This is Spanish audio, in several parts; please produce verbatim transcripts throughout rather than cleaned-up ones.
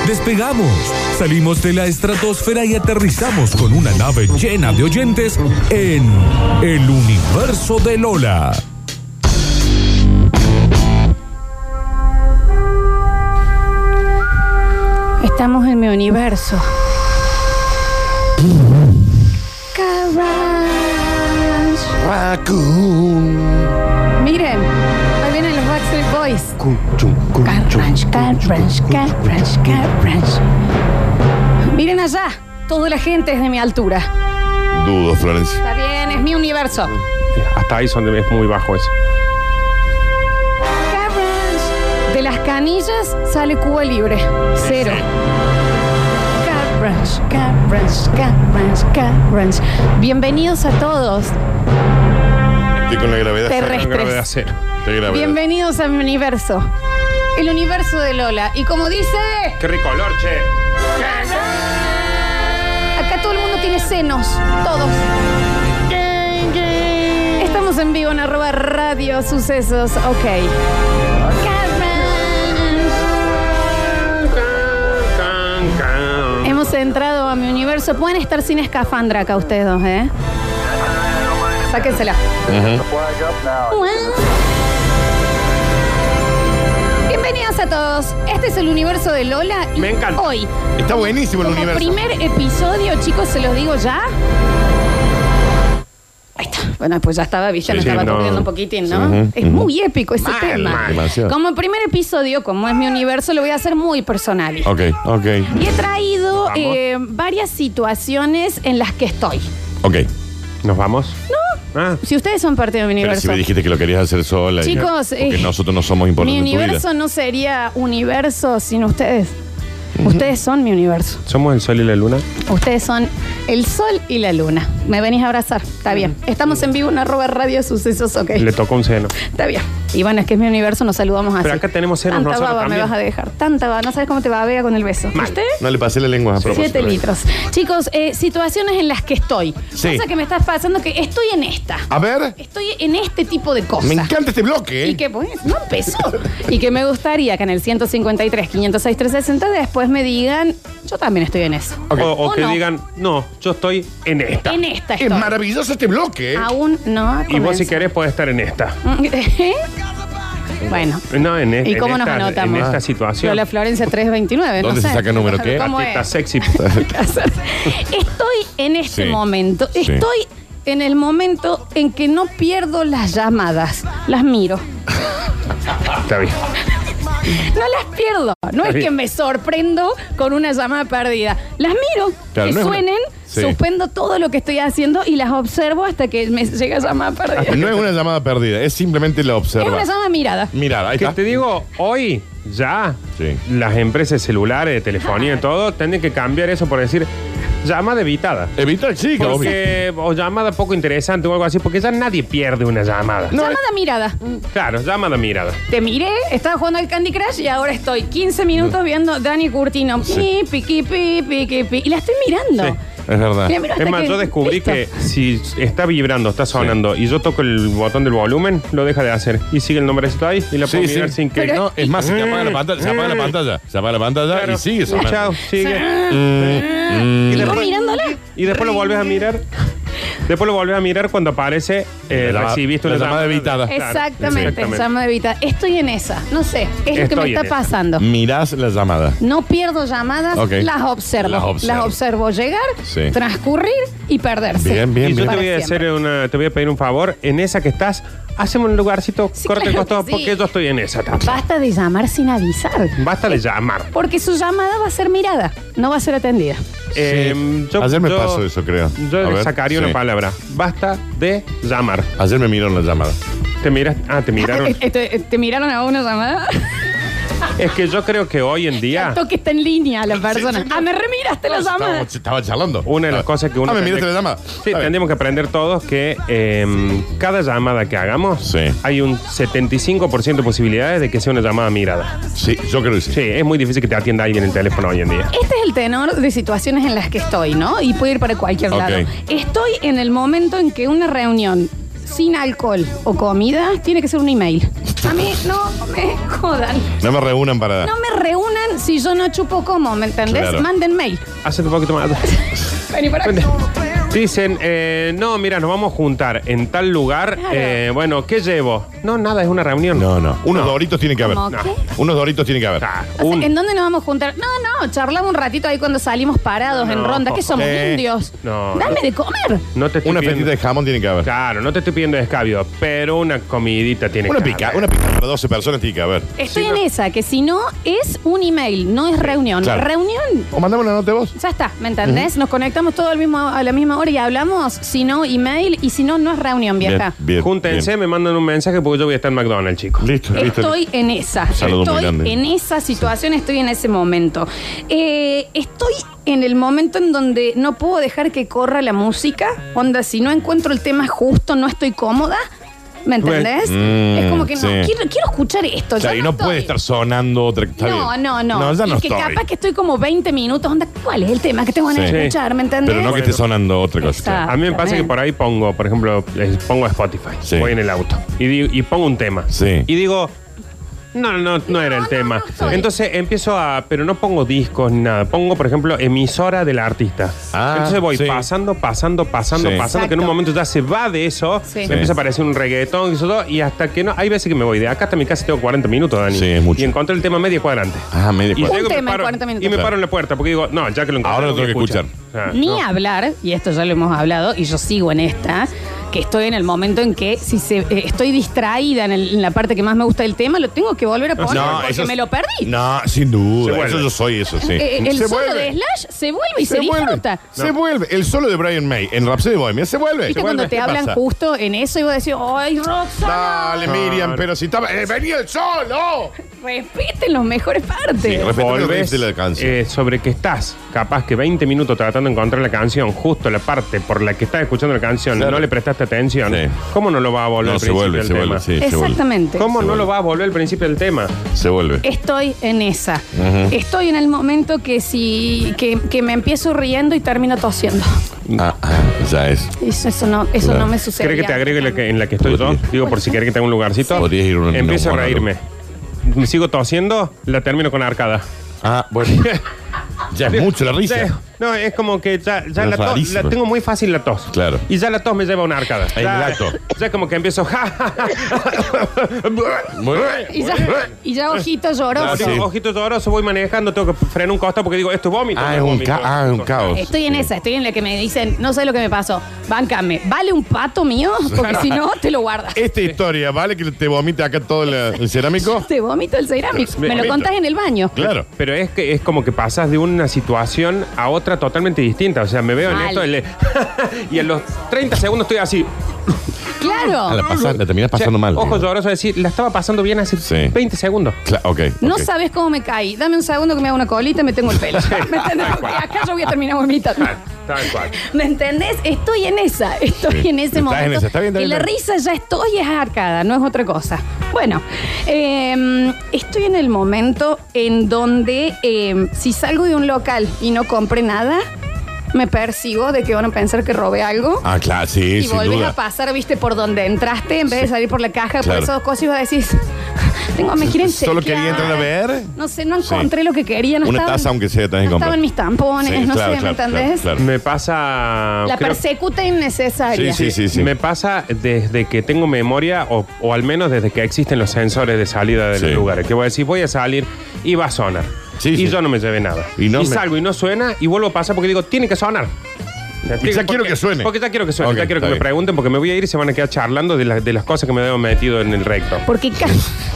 Despegamos, salimos de la estratosfera y aterrizamos con una nave llena de oyentes en el universo de Lola. Estamos en mi universo. Raccoon. Miren, ahí vienen los Backstreet Boys. Cun, chun, cun, Car chun, Ranch, Car cun, Ranch, chun, Car cun, Ranch, Car Ranch. Miren allá, toda la gente es de mi altura. Dudo, Florencia. Está bien, es mi universo. Hasta ahí son de, es muy bajo eso. Car Ranch. De las canillas sale Cuba Libre. Cero. Car Ranch, Car Ranch, Car Ranch, Car Ranch. Bienvenidos a todos. Estoy con la gravedad. Terrestres. Gravedad cero. Estoy gravedad. Bienvenidos a mi universo. El universo de Lola. Y como dice, Qué rico olor, che. acá todo el mundo tiene senos. Todos. Estamos en vivo en arroba radio sucesos. Ok. Hemos entrado a mi universo. Pueden estar sin escafandra acá ustedes dos, ¿eh? Sáquensela. Bienvenidos a todos. Este es el universo de Lola. Y Me encanta. hoy, Está buenísimo el como universo. primer episodio, chicos, se los digo ya. Ahí está. Bueno, pues ya estaba, ¿viste? Sí, Me sí, estaba no. corriendo un poquitín, ¿no? Ujú, Es ujú. muy épico ese Mal, tema. mal. Demasiado. Como primer episodio, como es mi universo, lo voy a hacer muy personal. Ok, ok, Y he traído Vamos. eh, varias situaciones en las que estoy. ok. ¿Nos vamos? No. Ah, Si ustedes son parte de mi Pero universo. si me dijiste que lo querías hacer sola. y- Chicos, porque eh, nosotros no somos importantes mi en tu universo vida. no sería universo sin ustedes. Ustedes son mi universo. somos el sol y la luna. Ustedes son el sol y la luna. Me venís a abrazar. Está bien. Estamos en vivo en arroba radio sucesos, ok. Le tocó un seno. Está bien. Y bueno, es que es mi universo, nos saludamos así. Pero acá tenemos senos Tanta nosotros baba me también. vas a dejar. Tanta baba. No sabes cómo te babea con el beso. Mal. ¿Viste? No le pasé la lengua a propósito. Siete litros. Chicos, eh, situaciones en las que estoy. Sí. Cosa que me está pasando que estoy en esta. A ver, Estoy en este tipo de cosas. me encanta este bloque. Y ¿eh? que, pues, no empezó. Y que me gustaría que en el ciento cincuenta y tres, quinientos seis, trescientos sesenta después me digan, yo también estoy en eso. Ok. O, o ¿O que no? digan, no, yo estoy en esta. En esta Es estoy. maravilloso este bloque. ¿eh? Aún no. Y vos si comenzó. querés podés estar en esta. Bueno. No, en, e- ¿Y en cómo nos esta, anotamos? en esta situación. Lola Florencia trescientos veintinueve. ¿Dónde no se sé. saca el número qué? ¿Cómo Está es? sexy. Estoy en este Sí. momento. Sí. Estoy en el momento en que no pierdo las llamadas. Las miro. Está bien. No las pierdo. No es bien. que me sorprendo con una llamada perdida. Las miro, Claro, que no es una- suenen, Sí. suspendo todo lo que estoy haciendo y las observo hasta que me llega llamada perdida. No es una llamada perdida, es simplemente la Es observa. una llamada mirada. Mirad, ahí Que está. te digo, hoy ya Sí. las empresas celulares, de telefonía y todo, tienen que cambiar eso por decir llamada evitada. Evitar, chica, obvio. Porque, o llamada poco interesante o algo así, porque ya nadie pierde una llamada. No, llamada mirada. Claro, llamada mirada. Te miré, estaba jugando al Candy Crush y ahora estoy quince minutos viendo Dani Curtino. Sí. Piqui, piqui, piqui, piqui. Y la estoy mirando. Sí. Es verdad. Mira, mira hasta Es más, que- yo descubrí listo. que si está vibrando, está sonando y yo toco el botón del volumen, lo deja de hacer. Y sigue el nombrecito ahí y la puedo Sí, mirar sí. sin que. Pero- No, es más, se te apaga la pantalla, se apaga la pantalla, se apaga la pantalla Claro. y sigue sonando. Chao, sigue. Mm, Y ¿Y vos después, mirándola? y después lo volvés a mirar. Después lo volvés a mirar cuando aparece eh, La llama- recibiste la una llamada evitada. Claro, Exactamente, llama de evitar. Estoy en esa, no sé, es lo que Estoy me está en esa. pasando. Mirás la llamada. No pierdo llamadas, Ok. las observo. Las observo. Las observo llegar, Sí. transcurrir y perderse. Bien, bien, Y yo bien. te Para voy a hacer siempre. una, te voy a pedir un favor. En esa que estás, haceme un lugarcito, Sí, corte el claro costado, que sí. porque yo estoy en esa también. Basta de llamar sin avisar. Basta de llamar. Porque su llamada va a ser mirada, no va a ser atendida. Eh, yo- Ayer me yo- pasó eso, creo. Yo A le ver, sacaría sí. una palabra. Basta de llamar. Ayer me miraron la llamada. Te miras. Ah, te miraron. ¿Te, te- te miraron a una llamada? Es que yo creo que hoy en día. Tanto que está en línea la persona. Ah, me remiraste la llamada. Estaba, estaba charlando. Una de las cosas que uno Ah, me tendría- miraste la llamada. Sí, Está bien. tendríamos que aprender todos que eh, cada llamada que hagamos Sí. hay un setenta y cinco por ciento de posibilidades de que sea una llamada mirada. Sí, yo creo que sí. Sí, es muy difícil que te atienda alguien en el teléfono hoy en día. Este es el tenor de situaciones en las que estoy, ¿no? Y puede ir para cualquier Ok. lado. Estoy en el momento en que una reunión sin alcohol o comida tiene que ser un email. A mí no me jodan. No me reúnan para... No me reúnan si yo no chupo como, ¿me entendés? Claro. Manden mail. Hacete un poquito más. Vení para acá. Dicen, eh, no, mira, nos vamos a juntar en tal lugar. Claro. Eh, bueno, ¿qué llevo? No, nada, es una reunión. No, no. Unos No. doritos tiene que haber. ¿Cómo No. qué? Unos doritos tiene que haber. Ah, O sea, un- ¿en dónde nos vamos a juntar? No, no, charlamos un ratito ahí cuando salimos parados en No. ronda. ¿Qué somos, Eh, indios? no. Dame de comer. no te estoy Una pidiendo- fetita de jamón tiene que haber. Claro, no te estoy pidiendo escabio, pero una comidita tiene Una que pica, haber. una pica para doce personas tiene que haber. Estoy Sí, en no. esa, que si no es un email, no es reunión. Claro. Reunión, O mandame una nota de voz. ya está, ¿me entendés? Nos conectamos todos al mismo, a la misma hora y hablamos. Si no, email. Y si no, no es reunión, vieja. Bien, Júntense, bien. me mandan un mensaje porque yo voy a estar en McDonald's, chicos. Listo, listo. Estoy en esa. saludo muy Estoy grande. en esa situación, estoy en ese momento. Eh, estoy en el momento en donde no puedo dejar que corra la música. Onda, si no encuentro el tema justo, no estoy cómoda. ¿Me entendés? Mm, es como que no, sí. quiero, quiero escuchar esto. O sea, yo y no estoy. puede estar sonando otra. Está No, bien. no, no. No, ya y no que estoy. capaz que estoy como veinte minutos. Onda, ¿cuál es el tema que tengo ganas de Sí. escuchar? ¿Me entendés? Pero no que esté sonando otra cosa. Exacto. A mí me pasa que por ahí pongo, por ejemplo, les pongo Spotify. Sí. Voy en el auto y, digo- y pongo un tema. Sí. Y digo, no, no, no, no era el no, tema. no estoy. Entonces empiezo a, pero no pongo discos ni nada. Pongo, por ejemplo, emisora del artista. Ah, Entonces voy sí. pasando, pasando, pasando, Sí. pasando, que en Exacto. un momento ya se va de eso. Sí. Me Sí. empieza a aparecer un reggaetón y eso todo. Y hasta que no, hay veces que me voy de acá hasta mi casa tengo cuarenta minutos, Dani. Sí, es mucho. Y encontré el tema media cuadrante. Ah, media Y cuadra. llego y me tema en paro- cuarenta minutos. Y me Claro. paro en la puerta porque digo, no, ya que lo encontré. Ahora lo voy a tengo que escuchar. Ah, Ni no. hablar, y esto ya lo hemos hablado, y yo sigo en esta, que estoy en el momento en que si se, eh, estoy distraída en, el- en la parte que más me gusta del tema, lo tengo que volver a poner porque eso es- me lo perdí. No, sin duda. Se vuelve. Eso yo soy, eso sí. Eh, el se solo vuelve. de Slash se vuelve y se, Se vuelve. disfruta. Se vuelve. El solo de Brian May en Rhapsody Bohemia se vuelve. ¿Viste Se cuando vuelve. te ¿Qué hablan pasa? justo en eso y vos decís, ¡ay, Roxana! Dale, Miriam, No, pero si estaba. ¡Eh, venía el solo! Respeten las mejores partes. Sí, respeten el Volvés riff de la canción. eh, sobre que estás capaz que veinte minutos tratando de encontrar la canción, justo la parte por la que estás escuchando la canción, Claro. no le prestaste atención. Sí. ¿Cómo no lo va a volver No, al se principio vuelve, del se tema? vuelve, sí, se vuelve. Exactamente. ¿Cómo Se no vuelve. lo va a volver al principio del tema? Se vuelve. Estoy en esa. Estoy en el momento que si que, que me empiezo riendo y termino tosiendo. Ah, ah, ya es. Eso, eso no, eso Claro. no me sucede. ¿Querés que te agregue la que- en la que estoy yo? Podría. Digo, por si querés que tenga un lugarcito. Sí. Podrías ir a un- Empiezo a un monólogo. reírme. Me sigo tosiendo, la termino con arcada. Ah, bueno. Ya es mucho la risa. Sí. No, es como que ya, ya Es la tos, rarísimo. la tengo muy fácil la tos. Claro. Y ya la tos me lleva a una arcada. Ahí Ya, el acto. ya como que empiezo. ja, ja, ja. Bueno. Y ya, y ya ojito lloroso. Ah, sí. Ojito lloroso, voy manejando, tengo que frenar un costado porque digo, esto es vómito. Ah, no es un, vómito. ca- ah, es un caos. Estoy en esa, estoy en la que me dicen, no sé lo que me pasó. Báncame, ¿vale un pato mío? Porque si no, te lo guardas. Esta historia, ¿vale? Que te vomite acá todo el, el cerámico. Te vomito el cerámico. Me lo Vomito. contás en el baño. Claro. Pero es que es como que pasas de una situación a otra totalmente distinta. O sea, me veo Mal. en esto el- y a los treinta segundos estoy así. Claro. Ah, la, pasas- la terminas pasando O sea, mal. Ojos llorosos, es decir, la estaba pasando bien hace Sí. veinte segundos. Cla- ok. No ok. sabes cómo me caí. Dame un segundo que me haga una colita y me tengo el pelo. ¿Me entendés? Tal Porque cual. acá yo voy a terminar vomitando. Tal, tal cual. ¿Me entendés? Estoy en esa, estoy Sí. en ese Estás momento. en esa, está bien, está que bien, la está bien. risa ya estoy es arcada, no es otra cosa. Bueno, eh, estoy en el momento en donde eh, si salgo de un local y no compré nada, me persigo de que van a pensar que robé algo. Ah, claro, sí, y sin volvés duda. a pasar, viste, por donde entraste, en vez de salir por la caja, Claro. por esas dos cosas, y vos decís, tengo, me quieren Solo chequear. quería entrar a ver. No sé, no Sí. encontré lo que quería. No Una estaban- taza, aunque sea, tenés que no comprar. estaban mis tampones, Sí, no claro, sé, claro, ¿me entendés? claro, Me pasa. La creo- persecuta innecesaria. Sí, sí, sí, sí. Me pasa desde que tengo memoria, o, o al menos desde que existen los sensores de salida de Sí. los lugares. Que voy a decir, voy a salir y va a sonar. Sí, y sí. yo no me llevé nada. Y Y, no me- salgo y no suena y vuelvo a pasar porque digo, tiene que sonar. O sea, Y ya porque- quiero que suene. Porque ya quiero que suene, Ok, ya quiero está que me bien. pregunten porque me voy a ir y se van a quedar charlando de, la- de las cosas que me debo metido en el recto. Porque ca-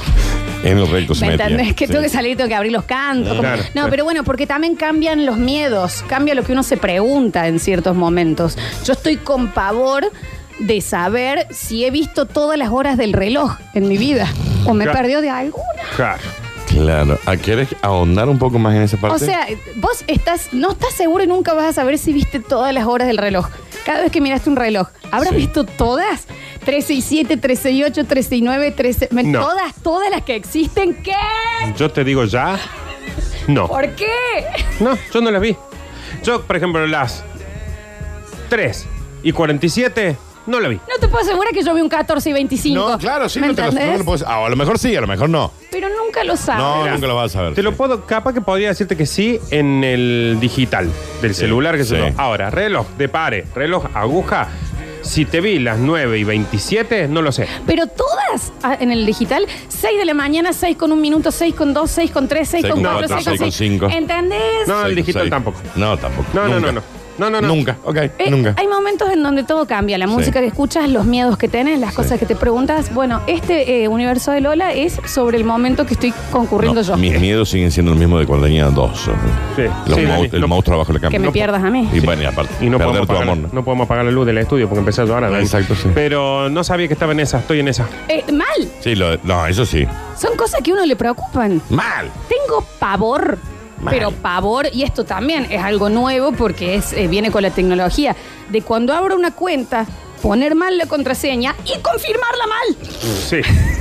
En el recto se ¿me metía. entendés? Que Sí. tengo que salir y tengo que abrir los cantos. como- Claro, no, claro. pero bueno, porque también cambian los miedos, cambia lo que uno se pregunta en ciertos momentos. Yo estoy con pavor de saber si he visto todas las horas del reloj en mi vida o me Claro. perdió de alguna. Claro. Claro. ¿A ¿Quieres ahondar un poco más en esa parte? O sea, vos estás, no estás seguro y nunca vas a saber si viste todas las horas del reloj. Cada vez que miraste un reloj, ¿habrás Sí. visto todas? trece y siete, trece y ocho, trece y nueve, trece... me- No. Todas, todas las que existen. ¿Qué? Yo te digo ya, no. ¿Por qué? No, yo no las vi. Yo, por ejemplo, las tres y cuarenta y siete No la vi. No te puedo asegurar que yo vi un catorce y veinticinco. No, claro, sí, ¿Me no te lo, entendés? no lo puedo- ah, a lo mejor sí, a lo mejor no. Pero nunca lo sabes. No, Mira, nunca lo vas a saber. Te lo sí. puedo, capaz que podría decirte que sí en el digital del Sí, celular que sí. se Ahora, reloj de pare, reloj aguja. Si te vi las nueve y veintisiete, no lo sé. Pero todas ah, en el digital, seis de la mañana, seis con un minuto, seis con dos, seis con tres, seis seis con con cuatro, cuatro, seis con seis cinco. con cinco. ¿Entendés? No, el Seis, digital seis. tampoco. No, tampoco. No, no, Nunca. no, no. No, no, no. Nunca, ok, Eh, nunca. Hay momentos en donde todo cambia. La música que escuchas, los miedos que tenés, las cosas que te preguntas. Bueno, este eh, universo de Lola es sobre el momento que estoy concurriendo No, yo. mis miedos siguen siendo los mismos de cuando tenía dos. Sí. Los Sí, mo- Dani, el no- monstruo abajo de la cama. Que me No, pierdas a mí. Y bueno, y aparte, Y no perder podemos, tu apagar, amor. ¿no? no podemos apagar la luz del estudio porque empecé a llorar. Dani. Exacto, sí. Pero no sabía que estaba en esa. Estoy en esa. Eh, mal. Sí, lo- no, eso sí. Son cosas que a uno le preocupan. Mal. Tengo pavor, Mal. pero pavor, y esto también es algo nuevo porque es, eh, viene con la tecnología, de cuando abro una cuenta, poner mal la contraseña y confirmarla mal. Sí,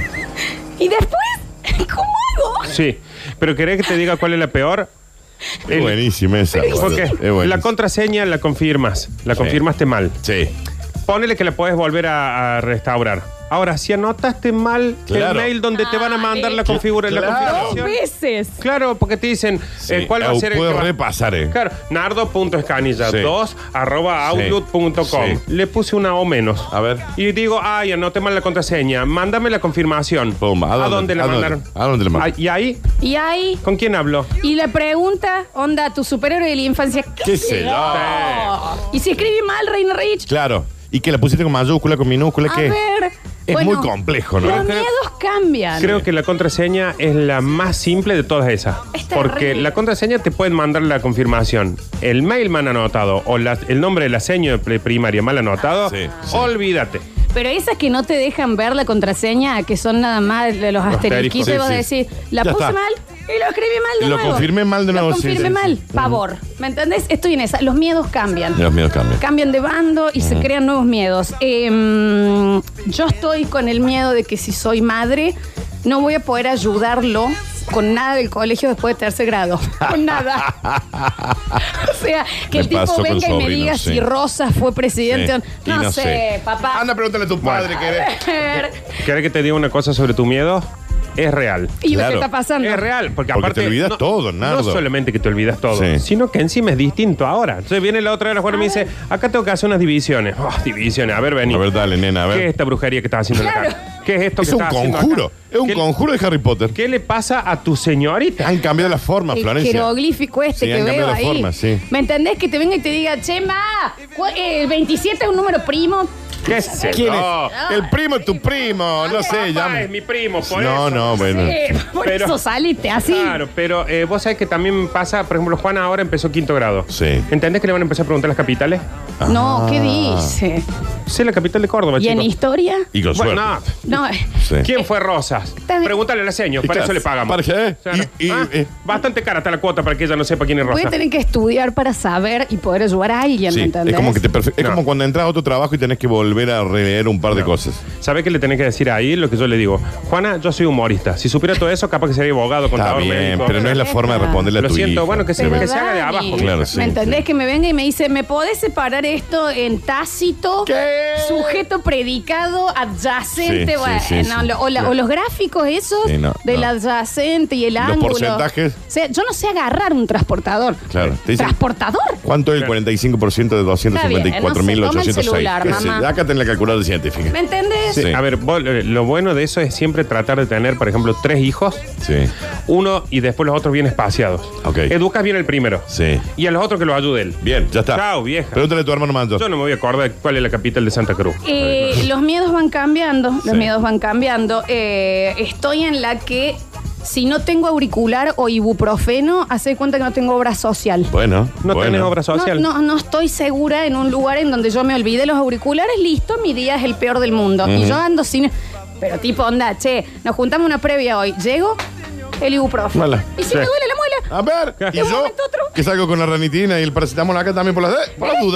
Y después, ¿cómo hago? sí. Pero ¿querés que te diga cuál es la peor? Es El- buenísima esa. Pero boludo. ¿Por qué? Es buenísima. La contraseña la confirmas. La Sí. confirmaste mal. Sí. Ponele que la puedes volver a, a restaurar. Ahora, si anotaste mal Claro. el mail donde te van a mandar la, Dale. configura, la Claro. Dos configuración. veces. Claro, porque te dicen Sí. eh, cuál va a Eh, ser el puedo que va- repasar, eh. Claro, nardo.escanilla Sí. dos arroba outlook punto com. Sí. Le puse una O menos. A ver. Y digo, ay, anoté mal la contraseña. Mándame la confirmación. Pum, ¿a dónde? la ¿A dónde? mandaron? ¿A dónde la mandaron? Ah, ¿Y ahí? Y ahí, ¿Con quién hablo? y la pregunta, onda, tu superhéroe de la infancia, ¿qué, ¿Qué sé yo? Y si escribí mal, Reina Rich, Claro. ¿Y que la pusiste con mayúscula, con minúscula? a ¿Qué? ver. Es bueno, muy complejo, ¿no? Los Creo- miedos cambian. Creo que la contraseña es la más simple de todas esas. Es Porque terrible. la contraseña te pueden mandar la confirmación. El mail mal anotado o la- el nombre de la seña de pre- primaria mal anotado, Sí, sí. olvídate. Pero esas que no te dejan ver la contraseña, que son nada más de los asterisquitos, Sí, vos sí. decís, la Ya puse está. mal y lo escribí mal de Y lo nuevo. confirmé mal de nuevo, Lo sí, confirmé sí, mal. sí. Pavor. ¿Me entendés? Estoy en esa. Los miedos cambian. Los míos cambian. Cambian de bando y se crean nuevos miedos. Eh, yo estoy con el miedo de que si soy madre, no voy a poder ayudarlo con nada del colegio después de tercer grado. Con nada. O sea, que Me el tipo pasó con venga y me sobrinos, diga sí. si Rosa fue presidente. Sí. o- Y No, no sé, sé. papá. Anda, pregúntale a tu padre, ¿qué eres? A ver. ¿Querés que te diga una cosa sobre tu miedo? Es real. Y lo Claro. que está pasando. Es real, porque, Porque aparte. te olvidas no, todo, Nardo. No solamente que te olvidas todo, Sí. sino que encima es distinto ahora. Entonces viene la otra de la Juana y me dice: acá tengo que hacer unas divisiones. Oh, divisiones, a ver, vení. A ver, dale, nena, a ver. ¿Qué es esta brujería que estás haciendo Claro. en la cara? ¿Qué es esto Es que un estás haciendo conjuro. acá? Es un ¿Qué- conjuro de Harry Potter. ¿Qué le pasa a tu señorita? Han cambiado la forma, El Florencia. jeroglífico este Sí, que han veo cambiado la ahí. forma, sí. ¿Me entendés? Que te venga y te diga, Chema, cu- eh, el veintisiete es un número primo. ¿Qué sé ¿Quién yo? es? El primo es tu primo, no sé, Papá llama. es mi primo, por No, eso. no, bueno. Eh, por Pero- eso saliste así. Claro, pero eh, vos sabés que también pasa, por ejemplo, Juana ahora empezó quinto grado. Sí. ¿Entendés que le van a empezar a preguntar las capitales? No, ¿qué Ah. dice? Sí, la capital de Córdoba, ¿Y en chicos. historia? Y con Bueno, suerte. no. No, eh, Sí. ¿Quién fue Rosas? Está bien. Pregúntale a la seño, Y para claro, eso le pagamos. ¿para qué? Claro. Y- y- Ah, eh. Bastante cara está la cuota para que ella no sepa quién es voy Rosa. a tener que estudiar para saber y poder ayudar a alguien, ¿me Sí, entendés? es como que te perfe- es No. como cuando entras a otro trabajo y tenés que volver a releer un par de cosas. ¿Sabe qué le tenés que decir ahí? Lo que yo le digo. Juana, yo soy humorista. Si supiera todo eso, capaz que sería abogado, Está contador, bien, médico. pero no es la forma de responderle a Lo tu siento, hija. bueno, que se, Pero que se haga de Dani, abajo. Claro, sí. ¿Me entendés? Que me venga y me dice, ¿me podés separar esto en tácito? ¿Qué? Sujeto, predicado, adyacente. Sí, bueno, sí, sí, sí. o, la- o la- o los gráficos esos Sí, no, del no. adyacente y el Los ángulo. porcentajes. O sea, yo no sé agarrar un transportador. Claro. Te dicen, ¿Transportador? ¿cuánto es el cuarenta y cinco por ciento de doscientos cincuenta y cuatro mil ochocientos seis? Está bien, no sé, toma el celular, mamá. Acá tenés la calculadora científica. ¿Me entendés? Sí, Sí. A ver, vos, eh, lo bueno de eso es siempre tratar de tener, por ejemplo, tres hijos, Sí, uno y después los otros bien espaciados. Ok. Educas bien el primero. sí. Y a los otros que lo ayuden. Bien, ya está. Chao, vieja. Pregúntale a tu hermano mayor. Yo no me voy a acordar cuál es la capital de Santa Cruz. Eh, los miedos van cambiando, los Sí. miedos van cambiando. Eh, estoy en la que si no tengo auricular o ibuprofeno, hace de cuenta que no tengo obra social. Bueno, ¿No bueno. tenés obra No, social? no, no estoy segura en un lugar en donde yo me olvide los auriculares, listo, mi día es el peor del mundo. Y yo ando sin... Pero tipo, onda, che, nos juntamos una previa hoy. Llego, el ibuprofeno. Mala. Y si Sí. me duele la muela. A ver, ¿Qué? y ¿De un yo momento a otro? que salgo con la ranitina y el paracetamol acá también por las, por las dudas.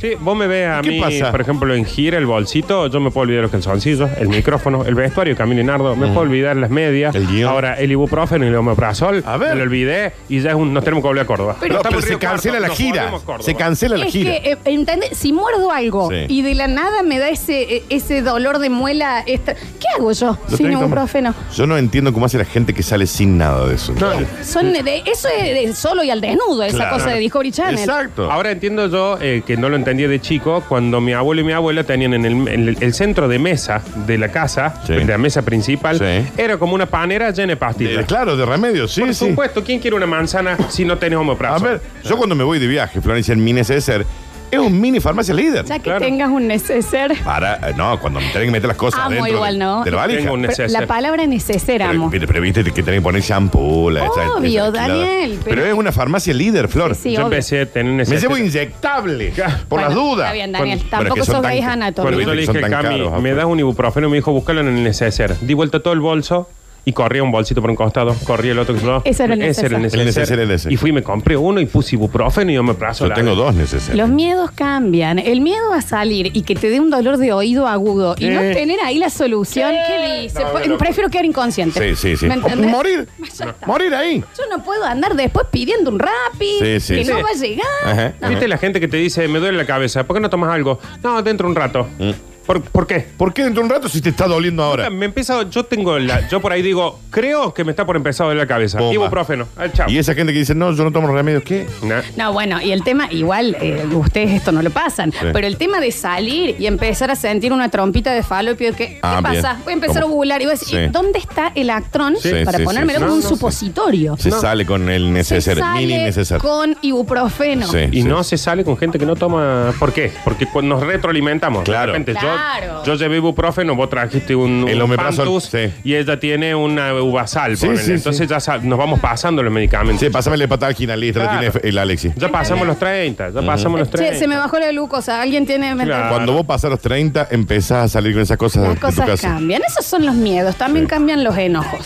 Sí, vos me ves a ¿Qué mí, pasa? por ejemplo, en gira, el bolsito, yo me puedo olvidar los calzoncillos, el micrófono, el vestuario, Camilo y Nardo, me puedo olvidar las medias. El guión. Ahora, el ibuprofeno y el omeprazol, A ver. me lo olvidé y ya es un, nos tenemos que volver a Córdoba. Pero- No, pero Estamos en se Río cancela Cuarto, la nos gira. volvemos a Córdoba. Se cancela la Es gira. que, eh, ¿entendés? Si muerdo algo Sí. y de la nada me da ese, eh, ese dolor de muela, esta- ¿qué hago yo Lo sin tenés como- ibuprofeno? Yo no entiendo cómo hace la gente que sale sin nada de eso. No, Son de, eso es de solo y al desnudo, esa Claro. cosa de Discovery Channel. Exacto. Ahora entiendo yo eh, que no lo entendía de chico, cuando mi abuelo y mi abuela tenían en el, en el- el centro de mesa de la casa, Sí. de la mesa principal, Sí. era como una panera llena de pastillas. Eh, claro, de remedio, sí, Por sí. supuesto, ¿quién quiere una manzana si no tenés A omeprazol? ver, yo cuando me voy de viaje, Florencia, en mi neceser, es un mini farmacia líder. Ya que Claro. tengas un neceser. Para, eh, no, cuando me tienen que meter las cosas Amo adentro igual, de, ¿no? de la valija. Tengo un- Pero neceser. la palabra neceser, Pero, amo. pero, pero viste que tienen que poner shampoo. La, esa- Obvio, esa- Daniel, Pero, pero- es una farmacia líder, Flor. Sí, sí, Yo obvio. empecé a tener Me necesidad. llevo inyectable, por Bueno, las dudas. Está bien, Daniel. Cuando- Tampoco Bueno, es que son sos tan- gays Cuando anatómicos. yo le Son dije, tan Cami, caros, me Alfred. das un ibuprofeno, me dijo, búscalo en el neceser. Di vuelta todo el bolso y corría un bolsito por un costado, corría el otro que no. Ese era el neceser. El neceser era ese. Y fui, me compré uno y puse ibuprofeno y omeprazol. Yo tengo dos necesarios. Los miedos cambian. El miedo a salir y que te dé un dolor de oído agudo y no ¿Qué? tener ahí la solución. ¿Qué dice? No, Pues, no, no. prefiero quedar inconsciente. Sí, sí, sí. ¿Me entendés? Morir. Ya está. Morir ahí. Yo no puedo andar después pidiendo un Rappi Sí, sí, que sí. no va a llegar. Ajá. No. ¿Viste la gente que te dice, me duele la cabeza, ¿por qué no tomas algo? No, dentro de un rato. Mm. ¿Por, por qué? ¿Por qué dentro de un rato si te está doliendo ahora? Me empieza, yo tengo la, yo por ahí digo, creo que me está por empezar a doler la cabeza. Bomba. Ibuprofeno. Al chao. Y esa gente que dice, no, yo no tomo los remedios, ¿qué? Nah. No, bueno, y el tema, igual, eh, ustedes esto no lo pasan, pero el tema de salir y empezar a sentir una trompita de falopio, ¿qué, Ah, ¿qué bien. pasa? Voy a empezar ¿Cómo? a ovular y voy a decir, Sí. ¿dónde está el Actron Sí, para sí, ponérmelo sí, como sí. un No, no, supositorio? Se No. sale con el Se neceser, sale mini neceser. con ibuprofeno. Sí. Y no se sale con gente que no toma. ¿Por qué? Porque cuando nos retroalimentamos. Claro. De repente, Claro. yo, yo llevé ibuprofeno, vos trajiste un, El un omeprazol, Fantus, sí. y ella tiene una uvasal. Sí, ponele. sí, Entonces sí. ya sa- nos vamos pasando los medicamentos. Sí, pásame la patalgina, listo, Claro. la tiene el Alexis. Ya pasamos los treinta, ya pasamos los treinta. Che, se me bajó la glucosa. ¿Alguien tiene...? ¿me Claro. entendés? Cuando vos pasas los treinta, empezás a salir con esas cosas Las de tu cosas casa. cambian. Esos son los miedos. También Sí. cambian los enojos.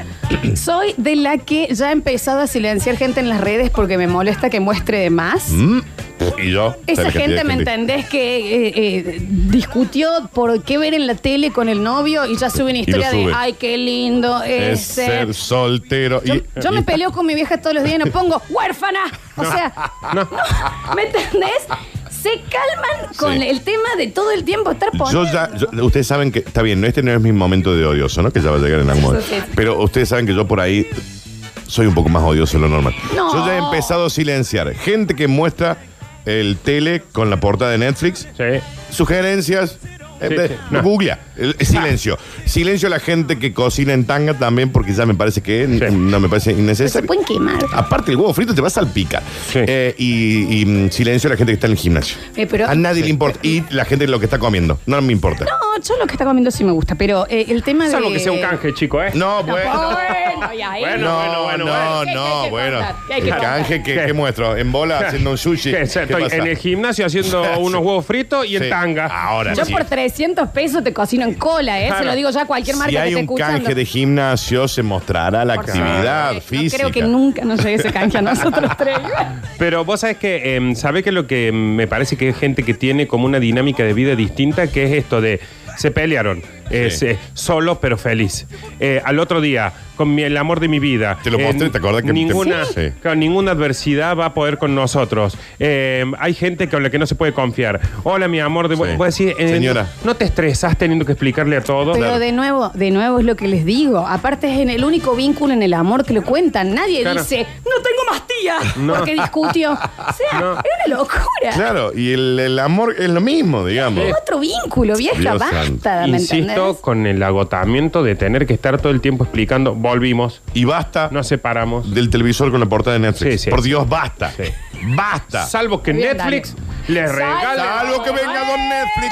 Soy de la que ya he empezado a silenciar gente en las redes porque me molesta que muestre de más. Mm. Y yo. Esa ¿sabes la gente, cantidad ¿me de entendés? Que eh, eh, discutió por qué ver en la tele con el novio y ya sube una lo historia de sube. ay, qué lindo es Es ser. ser soltero. Yo, y, yo me y- peleo con mi vieja todos los días y no pongo huérfana. O sea, No. no, ¿me entendés? Se calman con Sí. el tema de todo el tiempo estar poniendo. Yo ya, yo- ustedes saben que, está bien, no, este no es mi momento de odioso, ¿no? Que ya va a llegar en algún momento. Eso sí. Pero ustedes saben que yo por ahí soy un poco más odioso de lo normal. No. Yo ya he empezado a silenciar gente que muestra el tele con la portada de Netflix, Sí. sugerencias. Sí, eh, sí. No. Googlea. El- silencio. Silencio a la gente que cocina en tanga también, porque ya me parece que Sí. no me parece Se innecesario. pueden quemar. Aparte, el huevo frito te va a salpicar. Sí. Eh, y, y, mm, silencio a la gente que está en el gimnasio. Eh, pero- A nadie le importa. Y la gente lo que está comiendo. No me importa. No, yo lo que está comiendo sí me gusta, pero eh, el tema de. Salvo que sea un canje, chico, ¿eh? No, No, bueno. bueno, y ahí- Bueno, No, bueno, bueno, no, bueno. ¿Qué- qué hay no, que bueno. contar? ¿Qué hay que El contar? canje que, ¿Qué? que muestro, en bola haciendo un sushi. ¿Qué? ¿Qué Estoy pasa? en el gimnasio haciendo unos huevos fritos y en Sí. tanga. Ahora Yo sí. por trescientos pesos te cocino en cola, ¿eh? Claro. Se lo digo ya a cualquier marca Si que hay esté un escuchando. canje de gimnasio, se mostrará la Por actividad supuesto. física. No creo que nunca nos llegue ese canje a nosotros tres. Pero vos sabés que, eh, ¿sabés que lo que me parece que es gente que tiene como una dinámica de vida distinta? Que es esto de, se pelearon, eh, Sí. se- solo pero feliz. Eh, al otro día, con mi- el amor de mi vida. Te lo mostré, ¿te acordás que ninguna, te- Sí. claro, ninguna adversidad va a poder con nosotros. Eh, hay gente con la que no se puede confiar. Hola, mi amor. De, Sí. Voy a decir, eh, Señora. ¿no te estresás teniendo que explicarle a todo? Pero Claro. de nuevo, de nuevo es lo que les digo. Aparte es en el único vínculo en el amor que lo cuentan. Nadie Claro. dice, no tengo más tía, No. porque discutió. O sea, No. es una locura. Claro, y el, el amor es lo mismo, digamos. Es otro vínculo, vieja, Dios basta, santo. ¿me Insisto entendés? con el agotamiento de tener que estar todo el tiempo explicando, volvimos, Y basta nos separamos. del televisor con la portada de Netflix. Sí, sí. Por Dios, basta. Sí. Basta. Salvo que Bien, Netflix dale. les regala. Salvo que venga Don Netflix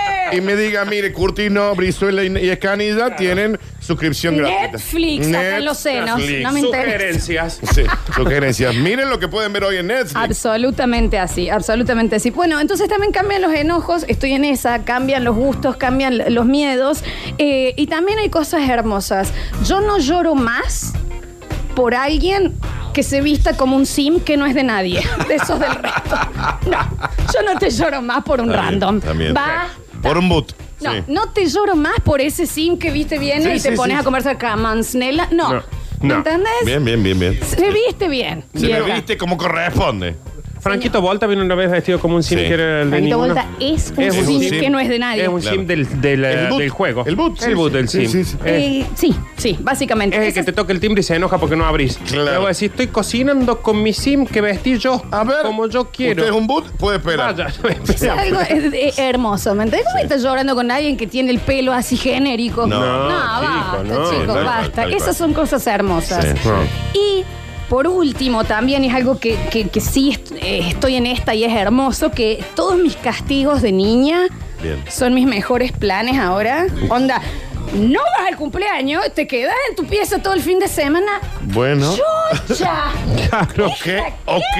y me diga, mire, Curtino, Brizuela y, y Escanilla tienen suscripción gratuita. Netflix, acá en los senos. Netflix. No me interesa. Sugerencias. Sí, sugerencias. Miren lo que pueden ver hoy en Netflix. Absolutamente así, absolutamente así. Bueno, entonces también cambian los enojos, estoy en esa, cambian los gustos, cambian los miedos eh, y también hay cosas hermosas. Yo no lloro más por alguien que se vista como un sim que no es de nadie. De esos del resto. No, yo no te lloro más por un También, random. también. Va. Por un boot. No, Sí. no te lloro más por ese sim que viste viene Sí, y te sí, pones sí. a conversar Camansnella. No. No, ¿Me no. entendés? Bien, bien, bien, bien. Se viste bien. Se vieja. me viste como corresponde. Franquito Volta vino una vez vestido como un sim Sí. que era el de Franquito ninguno. Volta es un Es un sim sim. que no es de nadie. Es un Claro. sim del, del, eh, El boot. del juego. El boot, sí, El boot sí. del Sí, sim. sí, sí. Eh, Eh, sí, sí, básicamente. Es el Ese que te toca el timbre y se enoja porque no abrís. Claro. Le voy a decir, estoy cocinando con mi sim que vestí yo. A ver. Como yo quiero. ¿Usted es un boot? Puede esperar. Vaya. es algo es- es hermoso, ¿me entendés? ¿Cómo estás llorando con alguien que tiene el pelo así genérico? No, basta, chico, no. chicos, Tal cual, basta. tal cual. Esas son cosas hermosas. Sí, sí. Y por último, también es algo que, que- que sí est- eh, estoy en esta y es hermoso, que todos mis castigos de niña Bien. son mis mejores planes ahora. Onda, no vas al cumpleaños, te quedas en tu pieza todo el fin de semana. Bueno. ¡Chucha! Claro. Ok,